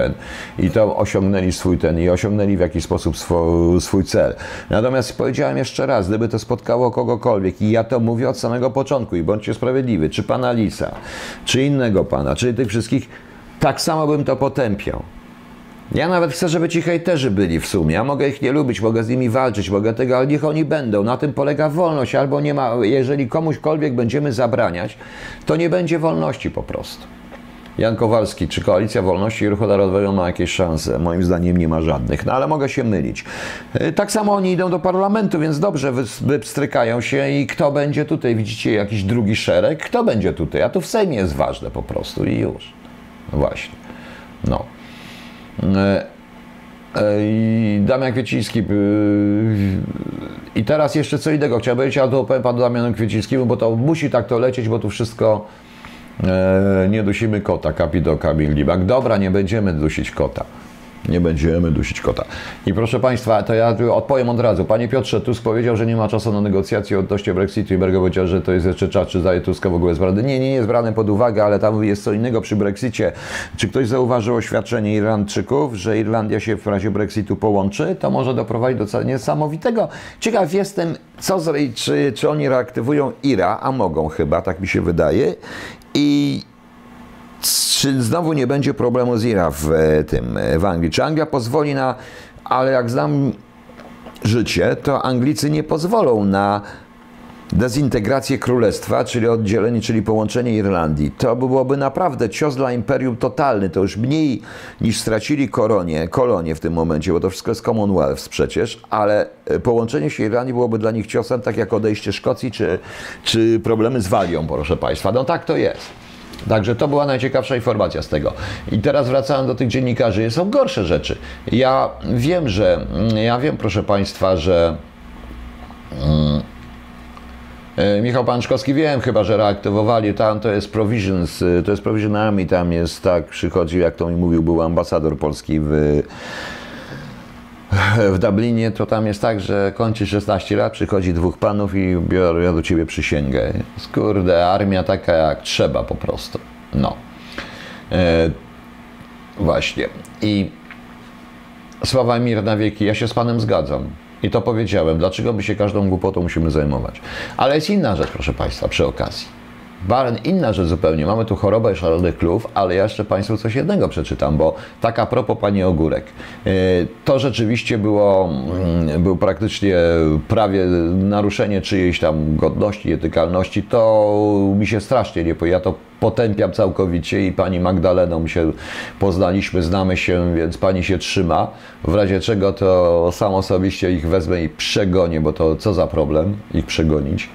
i osiągnęli w jakiś sposób swój cel. Natomiast powiedziałem jeszcze raz, gdyby to spotkało kogokolwiek i ja to mówię od samego początku, i bądźcie sprawiedliwi, czy pana Lisa, czy innego pana, czy tych wszystkich, tak samo bym to potępiał. Ja nawet chcę, żeby ci hejterzy byli w sumie. Ja mogę ich nie lubić, mogę z nimi walczyć, mogę tego, ale niech oni będą. Na tym polega wolność. Albo nie ma, jeżeli komuśkolwiek będziemy zabraniać, to nie będzie wolności po prostu. Jan Kowalski, czy Koalicja Wolności i Ruchu Narodowego ma jakieś szanse? Moim zdaniem nie ma żadnych, no ale mogę się mylić. Tak samo oni idą do parlamentu, więc dobrze, wypstrykają się i kto będzie tutaj? Widzicie jakiś drugi szereg? Kto będzie tutaj? A to w Sejmie jest ważne po prostu i już. No właśnie. No. I Damian Kwieciński. I teraz jeszcze co innego chciałbym powiedzieć, ale to opowiem panu Damianowi Kwiecińskiemu, bo to musi tak to lecieć, bo tu wszystko... nie dusimy kota, kapido Kamil Libak. Dobra, nie będziemy dusić kota. Nie będziemy dusić kota. I proszę państwa, to ja odpowiem od razu. Panie Piotrze, Tusk powiedział, że nie ma czasu na negocjacje odnośnie Brexitu i Berger powiedział, że to jest jeszcze czas, czy daje Tuska w ogóle jest brany. Nie jest brane pod uwagę, ale tam jest co innego przy Brexicie. Czy ktoś zauważył oświadczenie Irlandczyków, że Irlandia się w razie Brexitu połączy? To może doprowadzić do coś niesamowitego. Ciekaw jestem, czy oni reaktywują IRA, a mogą chyba, tak mi się wydaje. I czy znowu nie będzie problemu z IRA w Anglii? Czy Anglia pozwoli na... Ale jak znam życie, to Anglicy nie pozwolą na dezintegrację królestwa, czyli oddzielenie, czyli połączenie Irlandii. To byłoby naprawdę cios dla imperium totalny. To już mniej niż stracili kolonie w tym momencie, bo to wszystko jest Commonwealth przecież, ale połączenie się Irlandii byłoby dla nich ciosem, tak jak odejście Szkocji, czy problemy z Walią, proszę państwa. No tak to jest. Także to była najciekawsza informacja z tego. I teraz wracając do tych dziennikarzy, są gorsze rzeczy. Ja wiem, proszę państwa, że Michał Pączkowski, wiem chyba, że reaktywowali, tam to jest Provision Army, tam jest tak, przychodzi, jak to mi mówił, był ambasador polski w Dublinie, to tam jest tak, że kończy 16 lat, przychodzi dwóch panów i biorę do ciebie przysięgę. Kurde, armia taka jak trzeba po prostu. No. Właśnie. I Sławomir na wieki, ja się z panem zgadzam. I to powiedziałem, dlaczego my się każdą głupotą musimy zajmować. Ale jest inna rzecz, proszę państwa, przy okazji. Inna rzecz zupełnie. Mamy tu chorobę szalonych krów, ale ja jeszcze państwu coś jednego przeczytam, bo tak a propos pani Ogórek. To rzeczywiście był praktycznie prawie naruszenie czyjejś tam godności, etykalności. To mi się strasznie nie ja to potępiam całkowicie i pani Magdaleną się poznaliśmy, znamy się, więc pani się trzyma. W razie czego to sam osobiście ich wezmę i przegonię, bo to co za problem ich przegonić.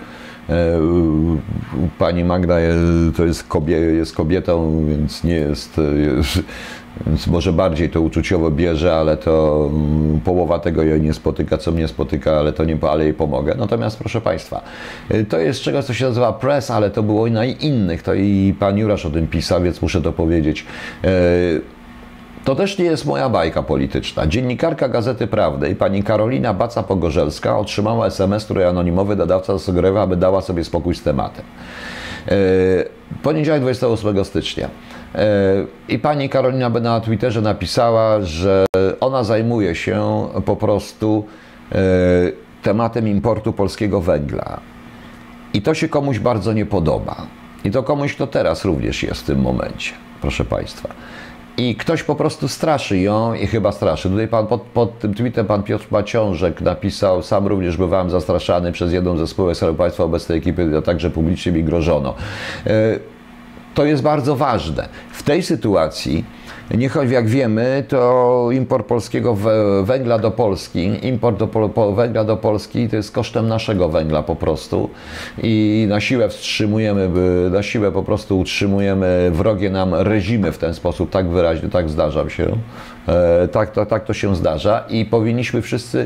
Pani Magda to jest kobietą, więc nie jest, więc może bardziej to uczuciowo bierze, ale to połowa tego jej nie spotyka, co mnie spotyka, ale to nie, ale jej pomogę. Natomiast proszę Państwa, to jest czegoś, co się nazywa press, ale to było na innych, to i pan Jurasz o tym pisał, więc muszę to powiedzieć. To też nie jest moja bajka polityczna. Dziennikarka Gazety Prawnej, pani Karolina Baca-Pogorzelska, otrzymała SMS, który anonimowy nadawca zasugerował, aby dała sobie spokój z tematem. Poniedziałek 28 stycznia. I pani Karolina na Twitterze napisała, że ona zajmuje się po prostu tematem importu polskiego węgla. I to się komuś bardzo nie podoba. I to komuś, kto teraz również jest w tym momencie, proszę Państwa. I ktoś po prostu straszy ją i chyba straszy. Tutaj pod tym tweetem pan Piotr Maciążek napisał: sam również bywałem zastraszany przez jedną ze spółek Skarbu Państwa obecnej ekipy, a także publicznie mi grożono. To jest bardzo ważne. W tej sytuacji, jak wiemy, to import polskiego węgla do Polski, węgla do Polski to jest kosztem naszego węgla po prostu i na siłę wstrzymujemy, na siłę po prostu utrzymujemy wrogie nam reżimy w ten sposób, tak wyraźnie, tak zdarza się, tak to się zdarza i powinniśmy wszyscy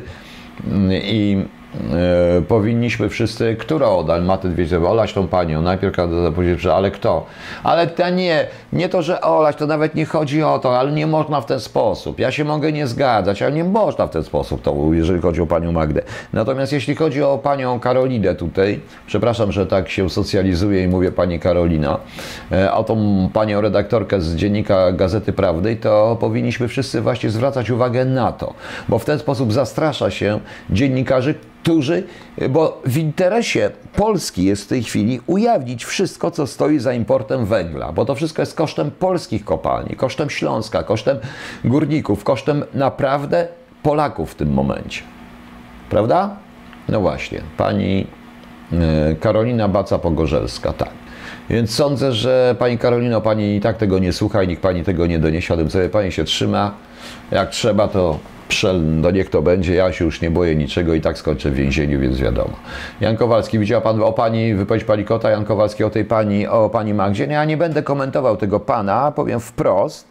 która Dalmatyt, wiecie, olać tą panią, najpierw powiedzieć, że ale kto? Ale to nie to, że olać, to nawet nie chodzi o to, ale nie można w ten sposób. Ja się mogę nie zgadzać, ale nie można w ten sposób, to jeżeli chodzi o panią Magdę. Natomiast jeśli chodzi o panią Karolinę tutaj, przepraszam, że tak się socjalizuję i mówię pani Karolina, o tą panią redaktorkę z dziennika Gazety Prawnej, to powinniśmy wszyscy właśnie zwracać uwagę na to, bo w ten sposób zastrasza się dziennikarzy, bo w interesie Polski jest w tej chwili ujawnić wszystko, co stoi za importem węgla, bo to wszystko jest kosztem polskich kopalni, kosztem Śląska, kosztem górników, kosztem naprawdę Polaków w tym momencie. Prawda? No właśnie, pani Karolina Baca-Pogorzelska, tak. Więc sądzę, że pani Karolino, pani i tak tego nie słucha i nikt pani tego nie doniesie, o tym sobie pani się trzyma. Jak trzeba, to niech to będzie, ja się już nie boję niczego i tak skończę w więzieniu, więc wiadomo. Jan Kowalski, widział pan wypowiedź pani Kota, Jan Kowalski o pani Magdzie. Ja nie będę komentował tego pana, powiem wprost.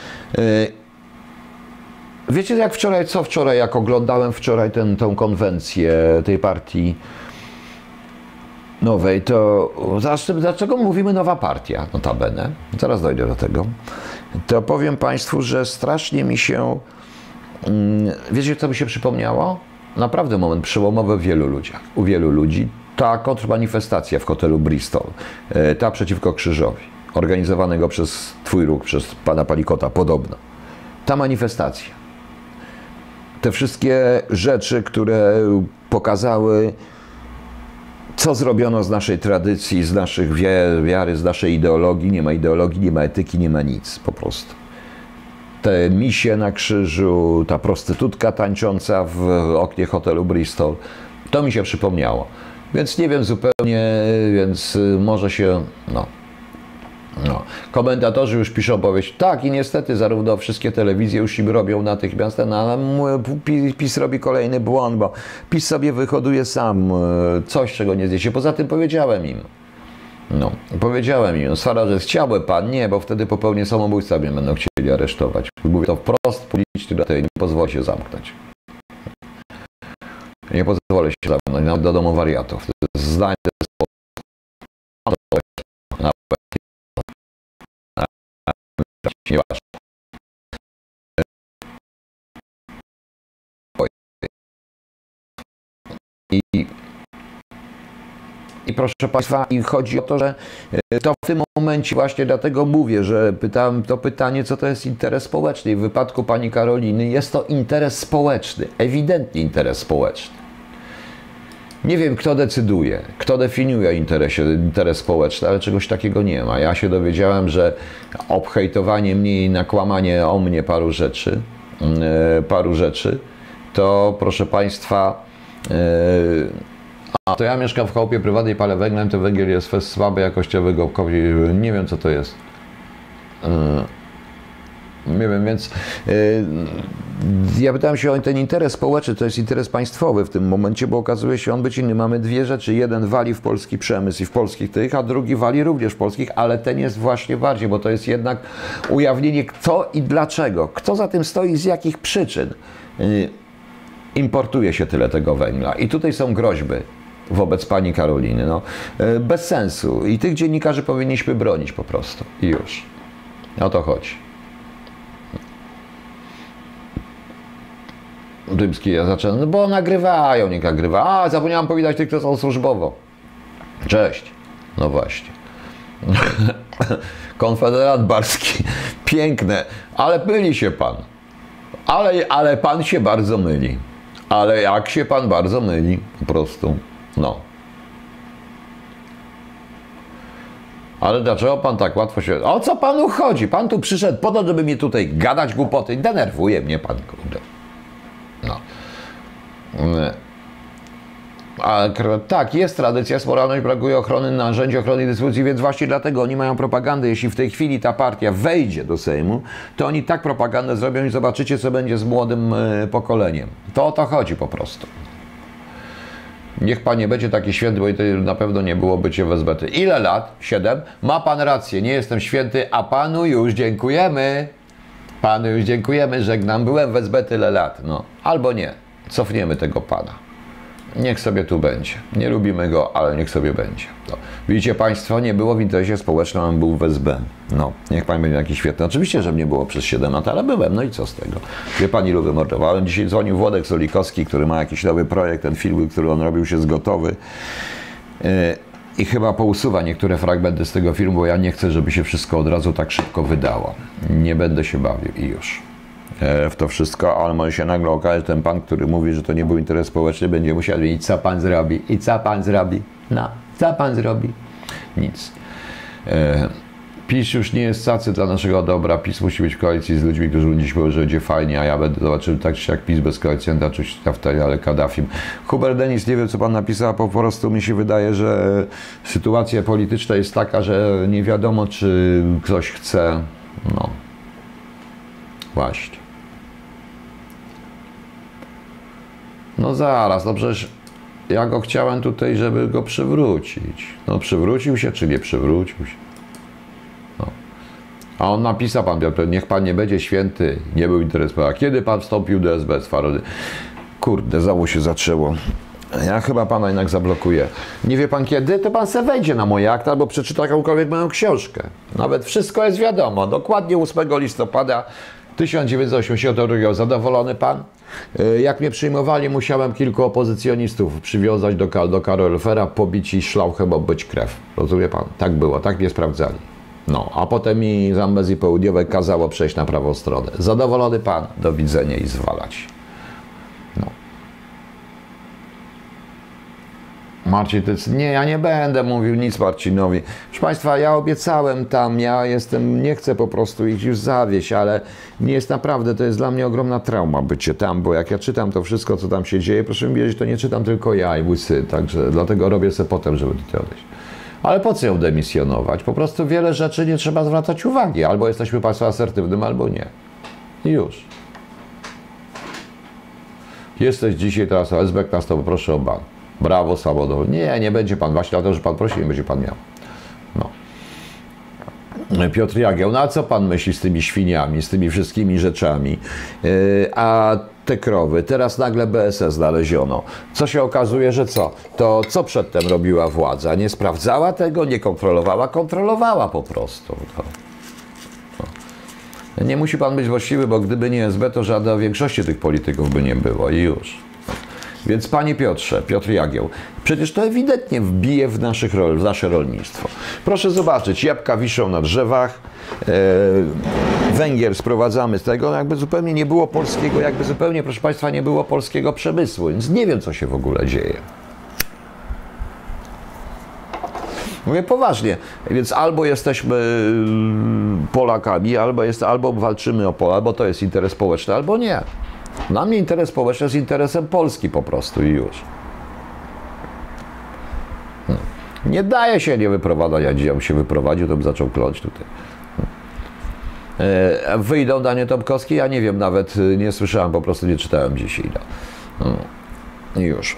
Wiecie, jak wczoraj, jak oglądałem wczoraj tę konwencję tej partii nowej, to dlaczego mówimy nowa partia, notabene, zaraz dojdę do tego, to powiem Państwu, że strasznie mi się, wiecie, co mi się przypomniało? Naprawdę moment przełomowy u wielu ludzi, ta kontrmanifestacja w hotelu Bristol, ta przeciwko krzyżowi, organizowanego przez Twój Ruch, przez pana Palikota, podobno. Ta manifestacja, te wszystkie rzeczy, które pokazały, co zrobiono z naszej tradycji, z naszych wiary, z naszej ideologii. Nie ma etyki, nie ma nic po prostu. Te misie na krzyżu, ta prostytutka tańcząca w oknie hotelu Bristol, to mi się przypomniało. Więc nie wiem zupełnie, więc może się, no. Komentatorzy już piszą powieść, tak i niestety zarówno wszystkie telewizje już im robią natychmiast, ale PiS robi kolejny błąd, bo PiS sobie wyhoduje sam coś, czego nie zniesie. Poza tym powiedziałem im, Sara, że chciałby pan, nie, bo wtedy popełnię samobójstwa, mnie będą chcieli aresztować. Mówię to wprost, publicznie, nie pozwolę się zamknąć. Nie pozwolę się zamknąć, nawet do domu wariatów. To jest zdanie, nieważne. I proszę Państwa, i chodzi o to, że to w tym momencie właśnie dlatego mówię, że pytałem to pytanie, co to jest interes społeczny. I w wypadku pani Karoliny jest to interes społeczny, ewidentnie interes społeczny. Nie wiem, kto decyduje, kto definiuje interes społeczny, ale czegoś takiego nie ma. Ja się dowiedziałem, że obhejtowanie mnie i nakłamanie o mnie paru rzeczy, to proszę Państwa, to ja mieszkam w chałupie prywatnej, palę węglem, to węgiel jest słaby jakościowego, nie wiem co to jest. Nie wiem, więc Ja pytałem się o ten interes społeczny, to jest interes państwowy w tym momencie, bo okazuje się on być inny. Mamy dwie rzeczy. Jeden wali w polski przemysł i w polskich tych, a drugi wali również w polskich, ale ten jest właśnie bardziej, bo to jest jednak ujawnienie kto i dlaczego. Kto za tym stoi, z jakich przyczyn importuje się tyle tego węgla. I tutaj są groźby wobec pani Karoliny. No, bez sensu. I tych dziennikarzy powinniśmy bronić po prostu. I już. O to chodzi. Dymski, ja zacząłem, no bo nagrywają, niech nagrywa. A, zapomniałem powiedzieć tych, którzy są służbowo. Cześć. No właśnie. Konfederat Barski. Piękne. Ale myli się pan. Ale pan się bardzo myli. Ale jak się pan bardzo myli. Po prostu. No. Ale dlaczego pan tak łatwo się... O co panu chodzi? Pan tu przyszedł po to, żeby mi tutaj gadać głupoty. Denerwuje mnie pan, kurde. No. Tak, jest tradycja, jest moralność, brakuje ochrony, narzędzi ochrony i dyspozycji, więc właśnie dlatego oni mają propagandę. Jeśli w tej chwili ta partia wejdzie do Sejmu, to oni tak propagandę zrobią i zobaczycie, co będzie z młodym pokoleniem. To o to chodzi po prostu. Niech pan nie będzie taki święty, bo to na pewno nie było bycie wezbety. Ile lat? 7? Ma pan rację, nie jestem święty, a panu już dziękujemy. Panu już dziękujemy, żegnam. Byłem wezbę tyle lat. No. Albo nie. Cofniemy tego pana. Niech sobie tu będzie. Nie lubimy go, ale niech sobie będzie. No. Widzicie państwo, nie było w interesie społecznym, on był w SB. No, niech pan będzie jakiś świetny. Oczywiście, że mnie było przez 7 lat, ale byłem. No i co z tego? Wie pani, ilu wymordowałem. Dzisiaj dzwonił Włodek Solikowski, który ma jakiś nowy projekt. Ten film, który on robił, się jest gotowy. I chyba pousuwa niektóre fragmenty z tego filmu, bo ja nie chcę, żeby się wszystko od razu tak szybko wydało. Nie będę się bawił i już. W to wszystko, ale może się nagle okazać, że ten pan, który mówi, że to nie był interes społeczny, będzie musiał wiedzieć, co pan zrobi. I co pan zrobi? No, co pan zrobi? Nic. PiS już nie jest cacy dla naszego dobra. PiS musi być w koalicji z ludźmi, którzy dziś mówią, że będzie fajnie, a ja będę zobaczył tak czy jak PiS bez koalicjanta, czy Haftari, ale Kaddafim. Hubert Denis, nie wiem, co pan napisał, po prostu mi się wydaje, że sytuacja polityczna jest taka, że nie wiadomo, czy ktoś chce, no, właśnie. No zaraz, no przecież ja go chciałem tutaj, żeby go przywrócić. No przywrócił się, czy nie przywrócił się? No. A on napisał, pan Piotr, niech pan nie będzie święty, nie był interes. A kiedy pan wstąpił do SB z Farody? Kurde, znowu się zaczęło. Ja chyba pana jednak zablokuję. Nie wie pan kiedy? To pan se wejdzie na moje akta albo przeczyta jakąkolwiek moją książkę. Nawet wszystko jest wiadomo. Dokładnie 8 listopada 1982. Zadowolony pan? Jak mnie przyjmowali, musiałem kilku opozycjonistów przywiązać do kaloryfera, pobić i szlauchem obbyć krew. Rozumie pan? Tak było, tak mnie sprawdzali. No, a potem mi Zambezji Południowej kazało przejść na prawą stronę. Zadowolony pan? Do widzenia i zwalać. No. Marcin, nie, ja nie będę mówił nic Marcinowi. Proszę państwa, ja obiecałem tam, nie chcę po prostu ich już zawieść, ale nie jest naprawdę, to jest dla mnie ogromna trauma bycie tam, bo jak ja czytam to wszystko, co tam się dzieje, proszę mi wiedzieć, to nie czytam tylko ja i mój syn, także dlatego robię sobie potem, żeby tutaj odejść. Ale po co ją demisjonować? Po prostu wiele rzeczy nie trzeba zwracać uwagi, albo jesteśmy państwem asertywnym, albo nie. I już. Jesteś dzisiaj teraz OSB, nas to poproszę o ban. Brawo, samodowo. Nie, nie będzie pan. Właśnie dlatego, że pan prosi, nie będzie pan miał. No. Piotr Jagieł, no a co pan myśli z tymi świniami, z tymi wszystkimi rzeczami? A te krowy, teraz nagle BSS znaleziono. Co się okazuje, że co? To co przedtem robiła władza? Nie sprawdzała tego, nie kontrolowała? Kontrolowała po prostu. No. Nie musi pan być właściwy, bo gdyby nie SB, to żadnej większości tych polityków by nie było i już. Więc panie Piotrze, Piotr Jagieł, przecież to ewidentnie wbije w nasze rolnictwo. Proszę zobaczyć, jabłka wiszą na drzewach, węgiel sprowadzamy z tego, jakby zupełnie nie było polskiego, jakby zupełnie, proszę państwa, nie było polskiego przemysłu, więc nie wiem, co się w ogóle dzieje. Mówię poważnie, więc albo jesteśmy Polakami, albo walczymy o Polak, bo to jest interes społeczny, albo nie. Dla mnie interes społeczny jest interesem Polski po prostu i już. Nie daje się nie wyprowadzać, ja dzisiaj się wyprowadził, to bym zaczął kląć tutaj. Wyjdą dane Tomkowskie? Ja nie wiem, nawet nie słyszałem, po prostu nie czytałem dzisiaj. No. Już.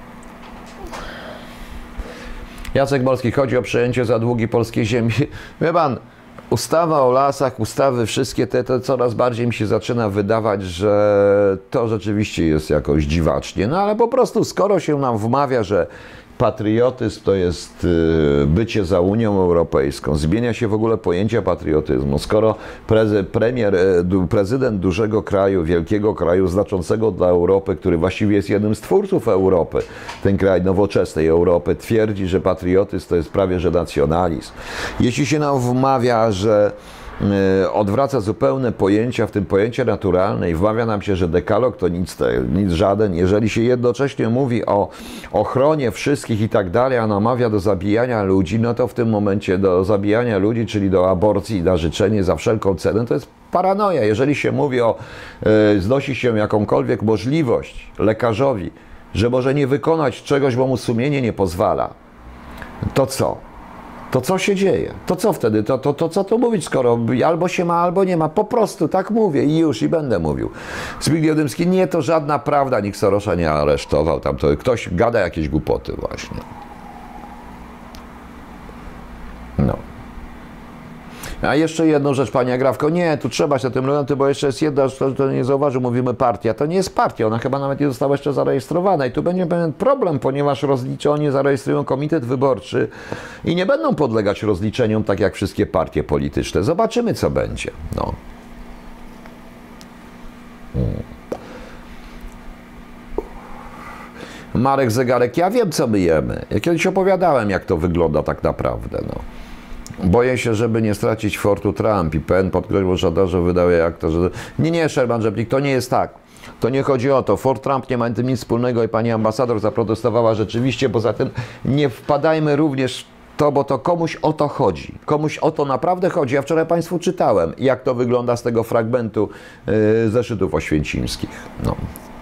Jacek Molski, chodzi o przejęcie zadługi polskiej ziemi. Wie pan, ustawa o lasach, ustawy wszystkie te, to coraz bardziej mi się zaczyna wydawać, że to rzeczywiście jest jakoś dziwacznie. No ale po prostu skoro się nam wmawia, że patriotyzm to jest bycie za Unią Europejską, zmienia się w ogóle pojęcie patriotyzmu. Skoro prezydent dużego kraju, wielkiego kraju, znaczącego dla Europy, który właściwie jest jednym z twórców Europy, ten kraj nowoczesnej Europy, twierdzi, że patriotyzm to jest prawie że nacjonalizm. Jeśli się nam wmawia, że odwraca zupełne pojęcia, w tym pojęcie naturalne i wmawia nam się, że dekalog to nic żaden. Jeżeli się jednocześnie mówi o ochronie wszystkich i tak dalej, a namawia do zabijania ludzi, no to w tym momencie do zabijania ludzi, czyli do aborcji na życzenie za wszelką cenę, to jest paranoja. Jeżeli się mówi znosi się jakąkolwiek możliwość lekarzowi, że może nie wykonać czegoś, bo mu sumienie nie pozwala, to co? To co się dzieje? To co wtedy? To co tu mówić, skoro albo się ma, albo nie ma? Po prostu tak mówię i już, i będę mówił. Zbigniew Dymski, nie, to żadna prawda, nikt Sorosza nie aresztował, tam to ktoś gada jakieś głupoty właśnie. No. A jeszcze jedną rzecz, Pani Agrawko, nie, tu trzeba się tym lunaty, bo jeszcze jest jedna rzecz, to nie zauważył, mówimy partia, to nie jest partia, ona chyba nawet nie została jeszcze zarejestrowana i tu będzie pewien problem, ponieważ oni zarejestrują komitet wyborczy i nie będą podlegać rozliczeniom tak jak wszystkie partie polityczne. Zobaczymy, co będzie. No. Marek Zegarek, ja wiem, co my jemy. Ja kiedyś opowiadałem, jak to wygląda tak naprawdę, no. Boję się, żeby nie stracić fortu Trump i PN pod groźbą szantażu wydaje jak to, że... Nie, Sherman Rzeplik, to nie jest tak. To nie chodzi o to. Fort Trump nie ma tym nic wspólnego i pani ambasador zaprotestowała rzeczywiście. Poza tym nie wpadajmy również w to, bo to komuś o to chodzi. Komuś o to naprawdę chodzi. Ja wczoraj Państwu czytałem, jak to wygląda z tego fragmentu zeszytów oświęcimskich. No.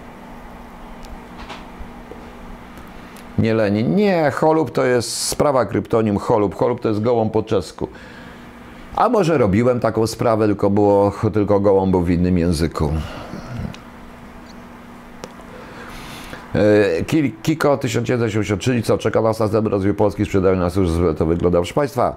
Nie Lenin. Nie, Holub to jest sprawa kryptonim Holub. Holub to jest gołąb po czesku. A może robiłem taką sprawę, tylko gołąb był w innym języku. Kiko 1980, czyli co? Czeka nas następny rozwój Polski, sprzedają nas już, to wygląda. Proszę Państwa,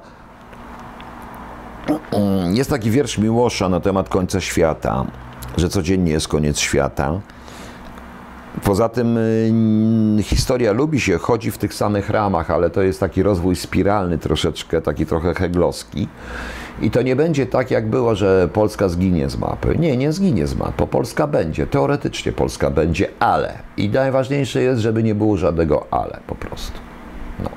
jest taki wiersz Miłosza na temat końca świata, że codziennie jest koniec świata. Poza tym historia lubi się, chodzi w tych samych ramach, ale to jest taki rozwój spiralny troszeczkę, taki trochę heglowski. I to nie będzie tak, jak było, że Polska zginie z mapy. Nie, nie zginie z mapy. Polska będzie, teoretycznie Polska będzie, ale. I najważniejsze jest, żeby nie było żadnego ale po prostu. No.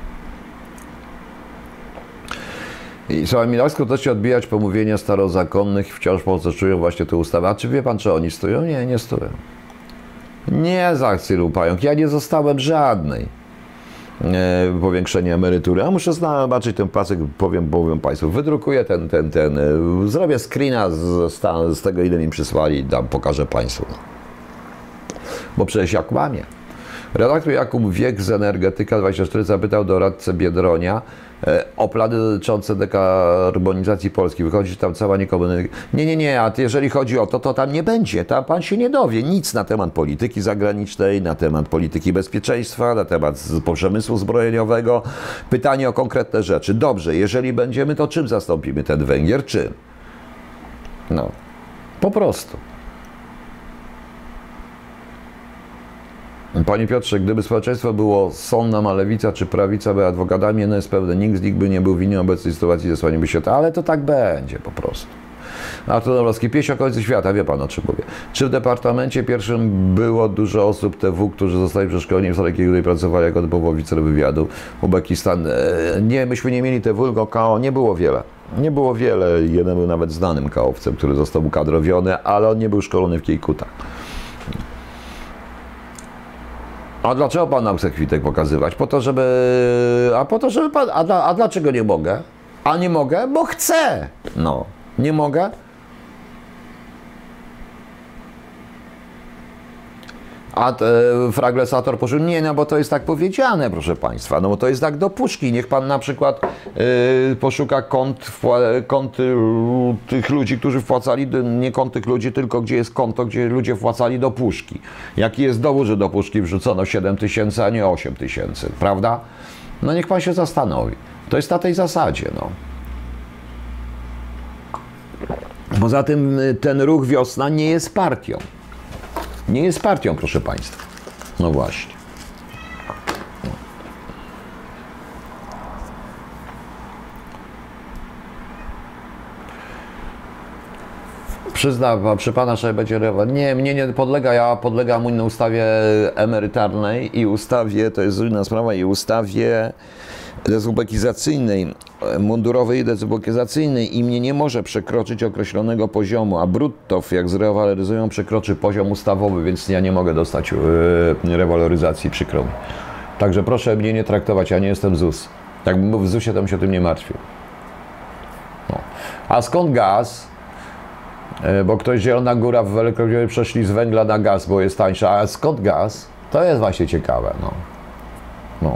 I trzeba mi skutecznie odbijać pomówienia starozakonnych, wciąż w Polsce czują właśnie tę ustawę. A czy wie pan, czy oni stoją? Nie, nie stoją. Nie za akcją pająk. Ja nie zostałem żadnej powiększenia emerytury. A muszę zobaczyć ten pasek, powiem Państwu. Wydrukuję zrobię screena z tego, ile mi przysłali i pokażę Państwu. Bo przecież ja kłamię. Redaktor Jakub Wiek z Energetyka24 zapytał doradcę Biedronia o plany dotyczące dekarbonizacji Polski. Wychodzi, że tam cała nie, a jeżeli chodzi o to, to tam nie będzie. Tam pan się nie dowie nic na temat polityki zagranicznej, na temat polityki bezpieczeństwa, na temat przemysłu zbrojeniowego. Pytanie o konkretne rzeczy. Dobrze, jeżeli będziemy, to czym zastąpimy ten węgiel? Czym? No, po prostu. Panie Piotrze, gdyby społeczeństwo było sądna, a lewica czy prawica by adwokatami, no jest pewne, nikt z nich by nie był winien obecnej sytuacji zesłanieby się, ale to tak będzie po prostu. Artur Dąbrowski, pieśń o końcu świata, wie pan o czym mówię. Czy w Departamencie Pierwszym było dużo osób TW, którzy zostali przeszkoleni w Sarajewie i pracowali jako typowo oficer wywiadu? Uzbekistan, nie, myśmy nie mieli TW, tylko KO, nie było wiele. Nie było wiele, jeden był nawet znanym KO-wcem, który został ukadrowiony, ale on nie był szkolony w Kiejkutach. A dlaczego pan nam chce kwitek pokazywać? Po to, żeby... pan... A dlaczego nie mogę? A nie mogę? Bo chcę! No. Nie mogę? A fraglesator poszedł, nie, no bo to jest tak powiedziane, proszę Państwa, no bo to jest tak do puszki. Niech Pan na przykład poszuka kont tych ludzi, którzy wpłacali, nie kont tych ludzi, tylko gdzie jest konto, gdzie ludzie wpłacali do puszki. Jaki jest dowód, że do puszki wrzucono 7 000, a nie 8 000, prawda? No niech Pan się zastanowi. To jest na tej zasadzie, no. Poza tym ten ruch Wiosna nie jest partią. Nie jest partią, proszę Państwa. No właśnie. Przyzna, przy Pana, że będzie... Nie, mnie nie podlega, ja podlegam innej ustawie emerytalnej i ustawie, to jest inna sprawa, i ustawie dezubekizacyjnej, mundurowej i dezubekizacyjnej i mnie nie może przekroczyć określonego poziomu, a brutto, jak zrewaloryzują, przekroczy poziom ustawowy, więc ja nie mogę dostać rewaloryzacji, przykro mi. Także proszę mnie nie traktować, ja nie jestem ZUS. Jakbym był w ZUS-ie, to bym się tym nie martwił. No. A skąd gaz? Bo ktoś Zielona Góra w elektrowni przeszli z węgla na gaz, bo jest tańsza. A skąd gaz? To jest właśnie ciekawe. No. No.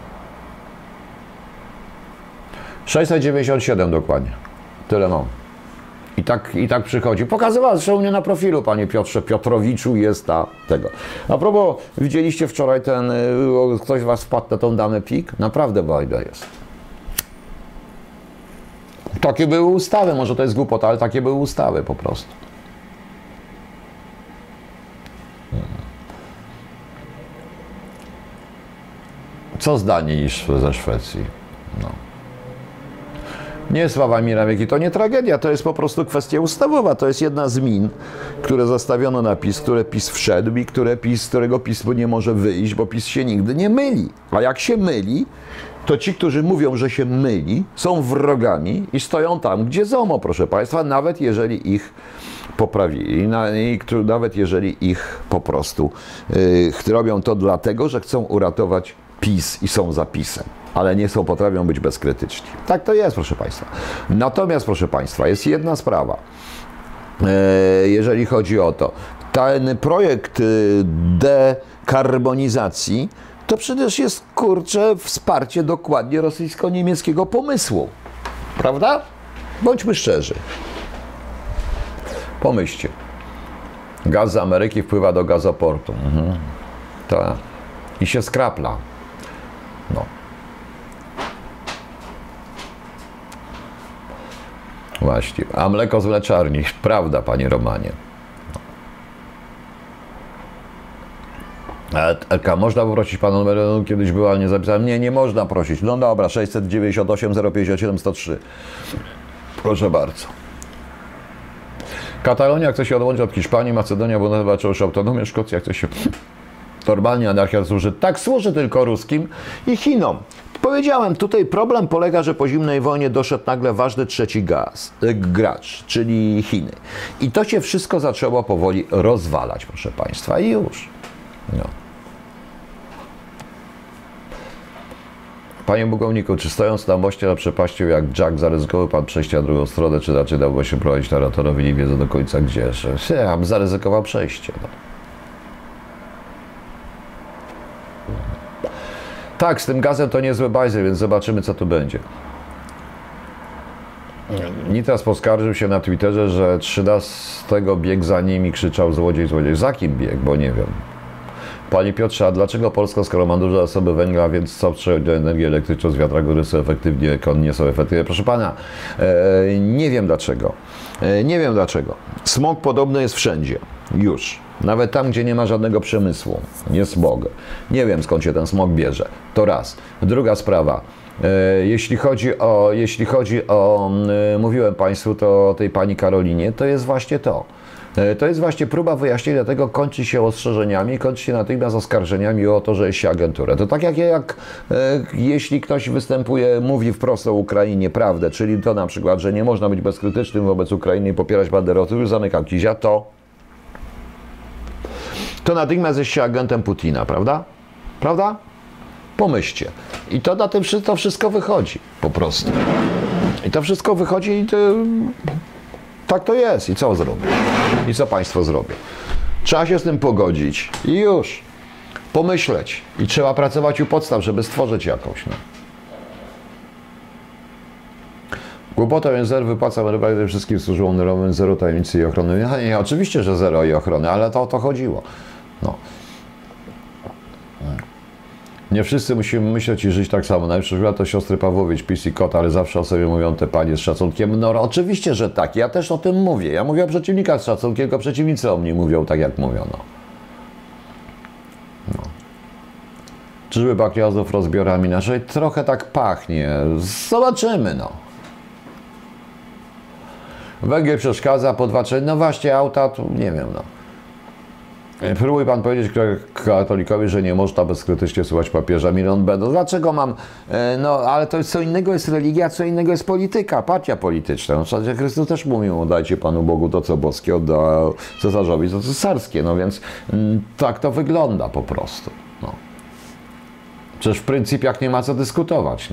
697 dokładnie. Tyle mam. I tak przychodzi. Pokazywałem zresztą u mnie na profilu, panie Piotrze Piotrowiczu, jest ta tego. A propos, widzieliście wczoraj ten, ktoś z was wpadł na tą damę PiK? Naprawdę bajda jest. Takie były ustawy, może to jest głupota, ale takie były ustawy po prostu. Co zdanie niż ze Szwecji? No. Nie, Sławomira Wieki, to nie tragedia, to jest po prostu kwestia ustawowa. To jest jedna z min, które zastawiono na PiS, które PiS wszedł i którego PiS nie może wyjść, bo PiS się nigdy nie myli. A jak się myli, to ci, którzy mówią, że się myli, są wrogami i stoją tam, gdzie ZOMO, proszę Państwa, nawet jeżeli ich poprawili, nawet jeżeli ich po prostu robią to dlatego, że chcą uratować PiS i są za PiS-em, ale nie są, potrafią być bezkrytyczni. Tak to jest, proszę Państwa. Natomiast, proszę Państwa, jest jedna sprawa, jeżeli chodzi o to. Ten projekt dekarbonizacji to przecież jest, kurczę, wsparcie dokładnie rosyjsko-niemieckiego pomysłu. Prawda? Bądźmy szczerzy. Pomyślcie. Gaz z Ameryki wpływa do gazoportu. Tak. I się skrapla. No. Właśnie. A mleko z mleczarni. Prawda, panie Romanie. Elka, można poprosić pana numer, kiedyś była, ale nie zapisałem. Nie, nie można prosić. No dobra, 698 057 103. Proszę bardzo. Katalonia chce się odłączyć od Hiszpanii, Macedonia, bo walczy już autonomię, Szkocja chce się... Normalnie anarchia służy. Tak służy tylko ruskim i Chinom. Powiedziałem, tutaj problem polega, że po zimnej wojnie doszedł nagle ważny trzeci gracz, czyli Chiny. I to się wszystko zaczęło powoli rozwalać, proszę Państwa, i już. No. Panie pułkowniku, czy stojąc na moście na przepaściu jak Jack zaryzykował pan przejście na drugą stronę, czy raczej dałoby się prowadzić narratorowi, nie wiedzą do końca gdzie? Ja bym zaryzykował przejście. No. Tak, z tym gazem to niezłe bajzy, więc zobaczymy, co tu będzie. Nitras poskarżył się na Twitterze, że 13 biegł za nim i krzyczał złodziej, złodziej. Za kim biegł? Bo nie wiem. Panie Piotrze, a dlaczego Polska, skoro ma duże zasoby węgla, więc co do energii elektryczną z wiatra, które są efektywnie, nie są efektywne? Proszę pana, nie wiem dlaczego. Nie wiem dlaczego. Smog podobny jest wszędzie. Już. Nawet tam, gdzie nie ma żadnego przemysłu. Nie smog. Nie wiem, skąd się ten smog bierze. To raz. Druga sprawa. Jeśli chodzi o mówiłem Państwu to o tej pani Karolinie, to jest właśnie to. To jest właśnie próba wyjaśnienia tego, kończy się ostrzeżeniami, kończy się natychmiast oskarżeniami o to, że jest się agentura. To tak jak jeśli ktoś występuje, mówi wprost o Ukrainie prawdę, czyli to na przykład, że nie można być bezkrytycznym wobec Ukrainy i popierać banderowców, już zamykam kizia, to natychmiast jest się agentem Putina, prawda? Prawda? Pomyślcie. I to na tym to wszystko wychodzi, po prostu. I to wszystko wychodzi i to, tak to jest. I co zrobię? I co państwo zrobią? Trzeba się z tym pogodzić i już. Pomyśleć. I trzeba pracować u podstaw, żeby stworzyć jakąś. No. Głupota, więc zero wypłaca emeryturę wszystkim służbom nerwowym, zero tajemnicy i ochrony. Nie, oczywiście, że zero i ochrony, ale to o to chodziło. No. Nie wszyscy musimy myśleć i żyć tak samo. Najpierw to siostry Pawłowicz, PiS i Kot, ale zawsze o sobie mówią te panie z szacunkiem. No oczywiście, że tak. Ja też o tym mówię. Ja mówię o przeciwnikach z szacunkiem, tylko przeciwnicy o mnie mówią tak, jak mówią. No. No. Czyżby pachnie znów rozbiorami naszej? Trochę tak pachnie. Zobaczymy, no. Węgiel przeszkadza, podwaczy. No właśnie, auta, tu nie wiem, no. Próbuj pan powiedzieć katolikowi, że nie można bezkrytycznie słuchać papieża Milion B. No dlaczego mam? No ale to co innego jest religia, co innego jest polityka, partia polityczna. No, przecież Chrystus też mówił, oddajcie Panu Bogu to, co boskie, odda Cesarzowi to cesarskie. No więc tak to wygląda po prostu. No. Przecież w pryncypiach nie ma co dyskutować. No.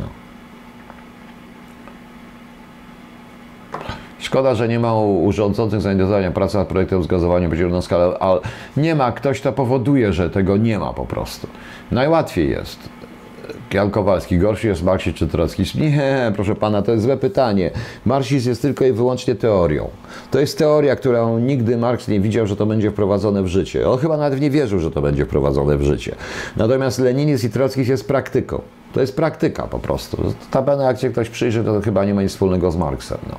Szkoda, że nie ma urządzących zainteresowania pracy nad projektem zgazowania podzielną skalę, ale nie ma, ktoś to powoduje, że tego nie ma po prostu. Najłatwiej jest. Jan Kowalski, gorszy jest marksizm czy trockizm? Nie, proszę pana, to jest złe pytanie. Marksizm jest tylko i wyłącznie teorią. To jest teoria, którą nigdy Marks nie widział, że to będzie wprowadzone w życie. On chyba nawet nie wierzył, że to będzie wprowadzone w życie. Natomiast leninizm i trockizm jest praktyką. To jest praktyka po prostu. Tabene, jak się ktoś przyjrzy, to chyba nie ma nic wspólnego z Marksem. No.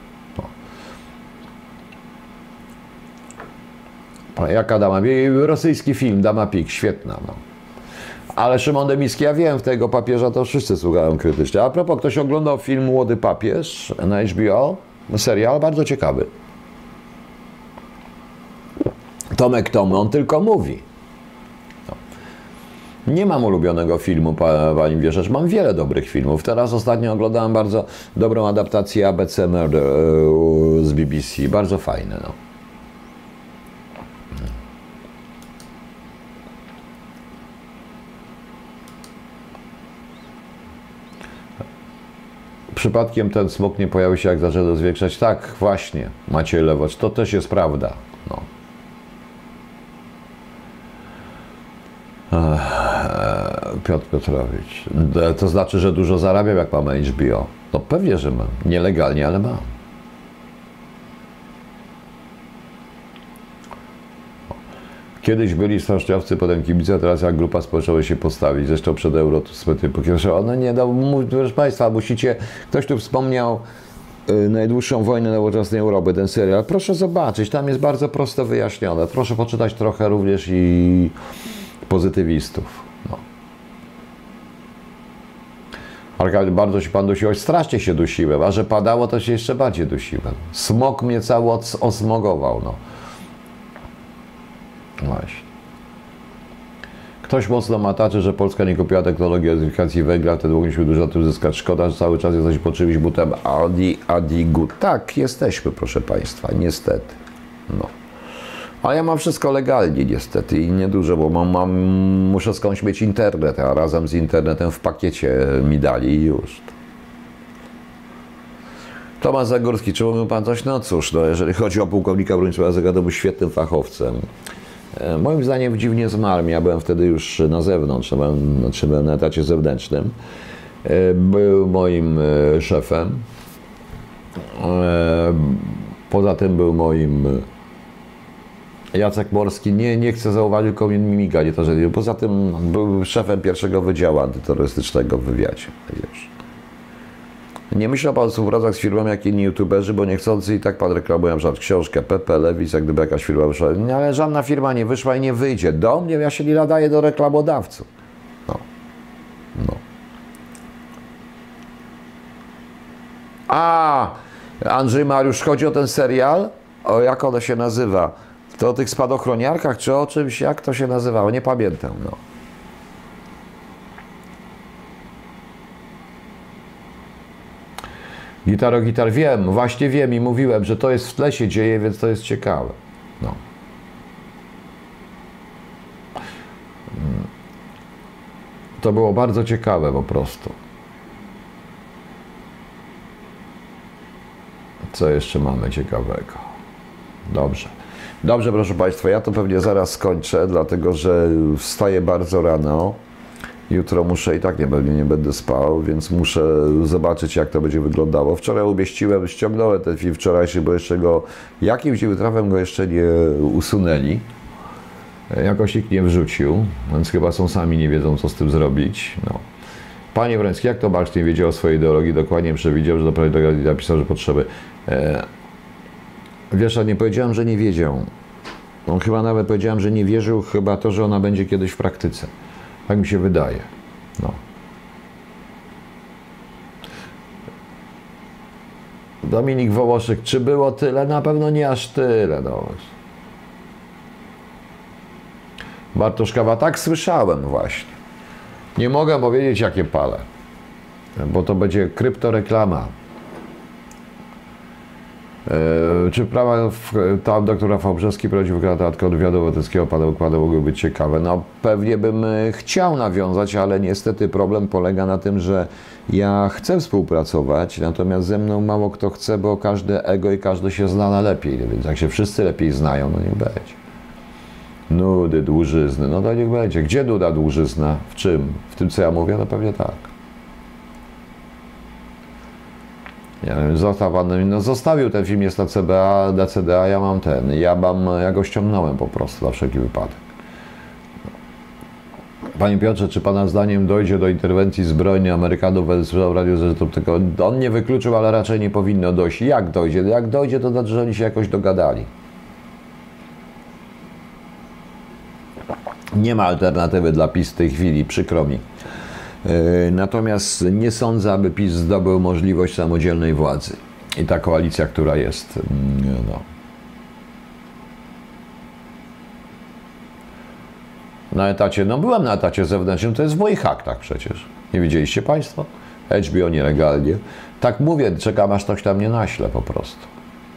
Jaka dama? Rosyjski film, Dama Pik, świetna. No. Ale Szymon Demiński, ja wiem, w tego papieża to wszyscy słuchają krytycznie. A propos, ktoś oglądał film Młody Papież na HBO? Serial bardzo ciekawy. Tomek Tomy, on tylko mówi. No. Nie mam ulubionego filmu, pani Wierzesz. Mam wiele dobrych filmów. Teraz ostatnio oglądałem bardzo dobrą adaptację ABC Murder z BBC. Bardzo fajne, no. Przypadkiem ten smok nie pojawił się, jak zaczęto zwiększać. Tak, właśnie, Maciej Lewocz, to też jest prawda. No. Piotr Piotrowicz. To znaczy, że dużo zarabiam, jak mam HBO. No pewnie, że mam. Nielegalnie, ale mam. Kiedyś byli straszniowcy, potem kibice, teraz jak grupa społeczna się postawić. Zresztą przed Euro to smety pokierowało. No nie, no, proszę Państwa, musicie... Ktoś tu wspomniał najdłuższą wojnę nowoczesnej Europy, ten serial. Proszę zobaczyć, tam jest bardzo prosto wyjaśnione. Proszę poczytać trochę również i pozytywistów. No. Arkadiusz, bardzo się Pan dusiłeś. Strasznie się dusiłem, a że padało, to się jeszcze bardziej dusiłem. Smog mnie cały osmogował, no. Właśnie. Ktoś mocno mataczy, że Polska nie kupiła technologii edyfikacji węgla, wtedy mogliśmy dużo na tym zyskać. Szkoda, że cały czas jesteśmy pod czymś butem Adi-Good. Tak, jesteśmy, proszę Państwa, niestety. No. A ja mam wszystko legalnie, niestety, i niedużo, bo muszę skądś mieć internet, a razem z internetem w pakiecie mi dali i już. Tomasz Zagórski, czy mówił Pan coś? No cóż, no, jeżeli chodzi o pułkownika Bronisława Zegara, był świetnym fachowcem. Moim zdaniem dziwnie zmarł. Ja byłem wtedy już na zewnątrz, byłem na etacie zewnętrznym. Był moim szefem. Poza tym był moim Jacek Morski. Nie chcę zauważyć, tylko mi miga, nie to, że poza tym był szefem pierwszego wydziału antyterrorystycznego w wywiadzie. Już. Nie myślał Pan o współpracach z firmami jak inni youtuberzy, bo niechcący i tak Pan reklamuje na przykład książkę Pepe, Lewis, jak gdyby jakaś firma wyszła. Nie, ale żadna firma nie wyszła i nie wyjdzie. Do mnie ja się nie nadaję do reklamodawców. No. No. A, Andrzej Mariusz, chodzi o ten serial? O, jak ono się nazywa? To o tych spadochroniarkach, czy o czymś, jak to się nazywało? Nie pamiętam, no. Gitar, wiem, właśnie wiem i mówiłem, że to jest w tle się dzieje, więc to jest ciekawe. No. To było bardzo ciekawe po prostu. Co jeszcze mamy ciekawego? Dobrze. Dobrze, proszę Państwa, ja to pewnie zaraz skończę, dlatego że wstaję bardzo rano. Jutro muszę i tak pewnie nie będę spał, więc muszę zobaczyć, jak to będzie wyglądało. Wczoraj ściągnąłem ten film wczorajszy, bo jeszcze go jakimś trafem go jeszcze nie usunęli. Jakoś nikt nie wrzucił, więc chyba są sami, nie wiedzą, co z tym zrobić. No. Panie Wroński, jak to Marx nie wiedział o swojej ideologii, dokładnie przewidział, że do prawej ideologii napisał, że potrzeby. Wiesz, a nie powiedziałem, że nie wiedział. No, chyba nawet powiedziałem, że nie wierzył chyba to, że ona będzie kiedyś w praktyce. Tak mi się wydaje. No. Dominik Wołoszyk, czy było tyle? Na pewno nie aż tyle. No. Bartosz Kawa, tak słyszałem właśnie. Nie mogę powiedzieć, jakie palę, bo to będzie kryptoreklama. Czy prawa tam doktor Rafał Brzeski prowadził wykrata od wywiadu obywatelskiego pana układu mogły być ciekawe? No pewnie bym chciał nawiązać, ale niestety problem polega na tym, że ja chcę współpracować, natomiast ze mną mało kto chce, bo każde ego i każdy się zna na lepiej, więc jak się wszyscy lepiej znają, no niech będzie. Nudy, dłużyzny, no to niech będzie. Gdzie nuda, dłużyzna? W czym? W tym, co ja mówię? No pewnie tak. Zostawił ten film, jest na CBA, na CDA, ja mam ten. Ja go ściągnąłem po prostu na wszelki wypadek. Panie Piotrze, czy Pana zdaniem dojdzie do interwencji zbrojnej Amerykanów w radiu, że to tylko on nie wykluczył, ale raczej nie powinno dojść. Jak dojdzie? Jak dojdzie, to znaczy, że oni się jakoś dogadali. Nie ma alternatywy dla PiS w tej chwili, przykro mi. Natomiast nie sądzę, aby PiS zdobył możliwość samodzielnej władzy. I ta koalicja, która jest, no. Na etacie, no byłem na etacie zewnętrznym, to jest w moich aktach przecież. Nie widzieliście Państwo? HBO nielegalnie. Tak mówię, czekam aż ktoś tam nie naśle po prostu.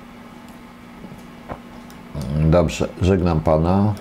Dobrze, żegnam Pana.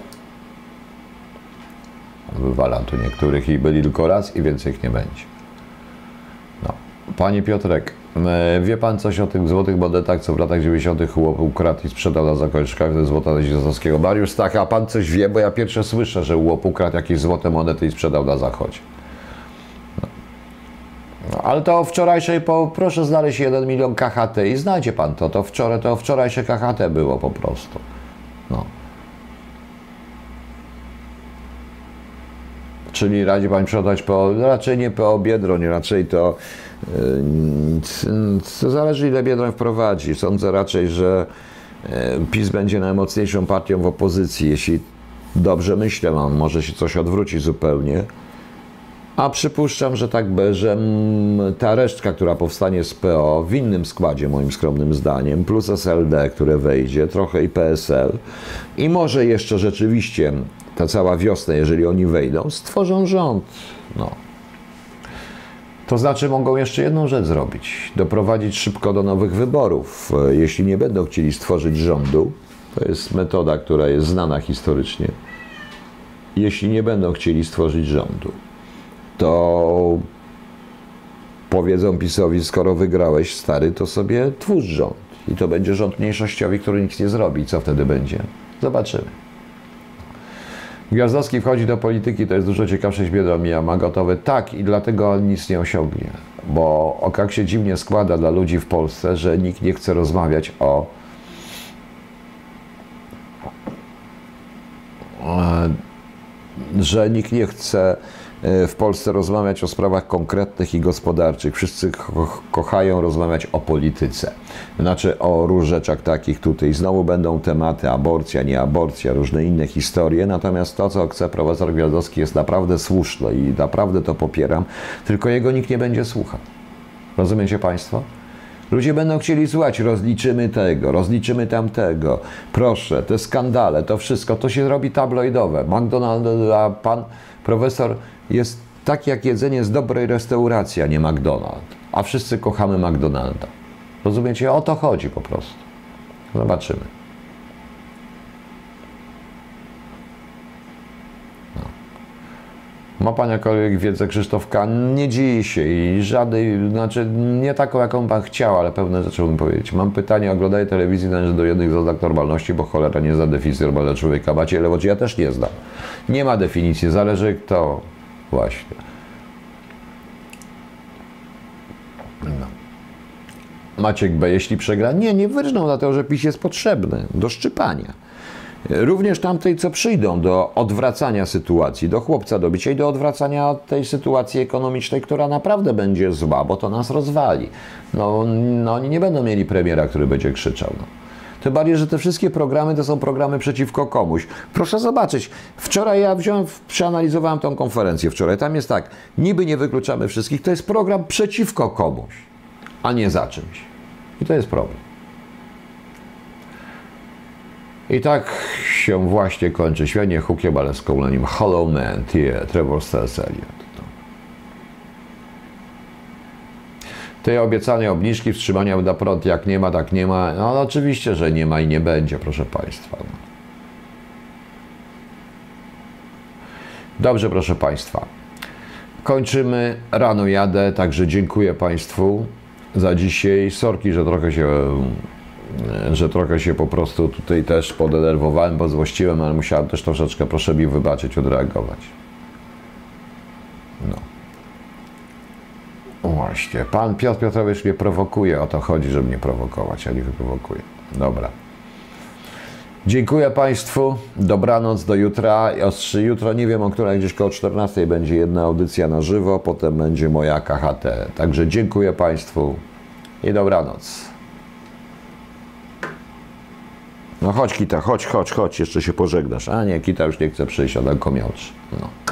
Wywalam tu niektórych i byli tylko raz i więcej ich nie będzie. No. Panie Piotrek, wie Pan coś o tych złotych monetach, co w latach 90. chłop ukradł i sprzedał na zakończkach ze złota Zizowskiego? Mariusz, tak, a Pan coś wie, bo ja pierwsze słyszę, że chłop ukradł jakieś złote monety i sprzedał na zachodzie. No. No, ale to wczorajszej, proszę znaleźć 1 milion KHT i znajdzie Pan to. To wczorajsze KHT było po prostu. No. Czyli radzi Pan przodać raczej nie PO Biedroń, raczej to zależy, ile Biedroń wprowadzi. Sądzę raczej, że PiS będzie najmocniejszą partią w opozycji. Jeśli dobrze myślę, może się coś odwróci zupełnie. A przypuszczam, że tak że ta resztka, która powstanie z PO w innym składzie, moim skromnym zdaniem, plus SLD, które wejdzie, trochę i PSL i może jeszcze rzeczywiście ta cała wiosna, jeżeli oni wejdą, stworzą rząd. No. To znaczy mogą jeszcze jedną rzecz zrobić. Doprowadzić szybko do nowych wyborów. Jeśli nie będą chcieli stworzyć rządu, to jest metoda, która jest znana historycznie. Jeśli nie będą chcieli stworzyć rządu, to powiedzą PiS-owi, skoro wygrałeś, stary, to sobie twórz rząd. I to będzie rząd mniejszościowy, który nic nie zrobi. Co wtedy będzie? Zobaczymy. Gwiazdowski wchodzi do polityki, to jest dużo ciekawsze niż Biedroń, ma gotowy. Tak, i dlatego on nic nie osiągnie. Bo jak się dziwnie składa dla ludzi w Polsce, że nikt nie chce rozmawiać że nikt nie chce w Polsce rozmawiać o sprawach konkretnych i gospodarczych. Wszyscy kochają rozmawiać o polityce. Znaczy o różnych rzeczach takich tutaj. Znowu będą tematy aborcja, nie aborcja, różne inne historie. Natomiast to, co chce profesor Gwiazdowski, jest naprawdę słuszne i naprawdę to popieram. Tylko jego nikt nie będzie słuchał. Rozumiecie Państwo? Ludzie będą chcieli słuchać, rozliczymy tego, rozliczymy tamtego. Proszę, te skandale, to wszystko, to się robi tabloidowe. McDonald's, a pan profesor jest tak jak jedzenie z dobrej restauracji, a nie McDonald's. A wszyscy kochamy McDonalda. Rozumiecie? O to chodzi po prostu. Zobaczymy. No. Ma pan jakąkolwiek wiedzę Krzysztofka? Nie dzisiaj, żadnej, znaczy nie taką, jaką pan chciał, ale pewne rzeczy mógłbym powiedzieć. Mam pytanie, oglądanie telewizji należy do jednych z oznak normalności, bo cholera nie zna definicji normalnego człowieka. Macie lewo, czy ja też nie znam. Nie ma definicji, zależy kto. Właśnie. No. Maciek B. Jeśli przegra? Nie wyrżną, dlatego że PiS jest potrzebny do szczypania. Również tamtej, co przyjdą do odwracania sytuacji, do chłopca do bicia i do odwracania tej sytuacji ekonomicznej, która naprawdę będzie zła, bo to nas rozwali. No oni nie będą mieli premiera, który będzie krzyczał. No. Tym bardziej, że te wszystkie programy to są programy przeciwko komuś. Proszę zobaczyć, wczoraj ja przeanalizowałem tą konferencję wczoraj. Tam jest tak, niby nie wykluczamy wszystkich, to jest program przeciwko komuś, a nie za czymś. I to jest problem. I tak się właśnie kończy świetnie hookiem, ale z kołleniem Hollow Man, Trevor Stelz Elliott. Tej obiecanej obniżki, wstrzymania na prąd, jak nie ma, tak nie ma. No oczywiście, że nie ma i nie będzie, proszę Państwa. Dobrze, proszę Państwa. Kończymy, rano jadę, także dziękuję Państwu za dzisiaj. Sorki, że trochę się po prostu tutaj też podenerwowałem, pozłościłem, ale musiałem też troszeczkę, proszę mi wybaczyć, odreagować. No. Właśnie, pan Piotr Piotrowicz mnie prowokuje, o to chodzi, żeby mnie prowokować, a nie wyprowokuje. Dobra. Dziękuję Państwu, dobranoc, do jutra. Jutro nie wiem, o której, gdzieś koło 14 będzie jedna audycja na żywo, potem będzie moja KHT. Także dziękuję Państwu i dobranoc. No chodź Kita, chodź, jeszcze się pożegnasz. A nie, Kita już nie chce przyjść, Adamko miałcz. No.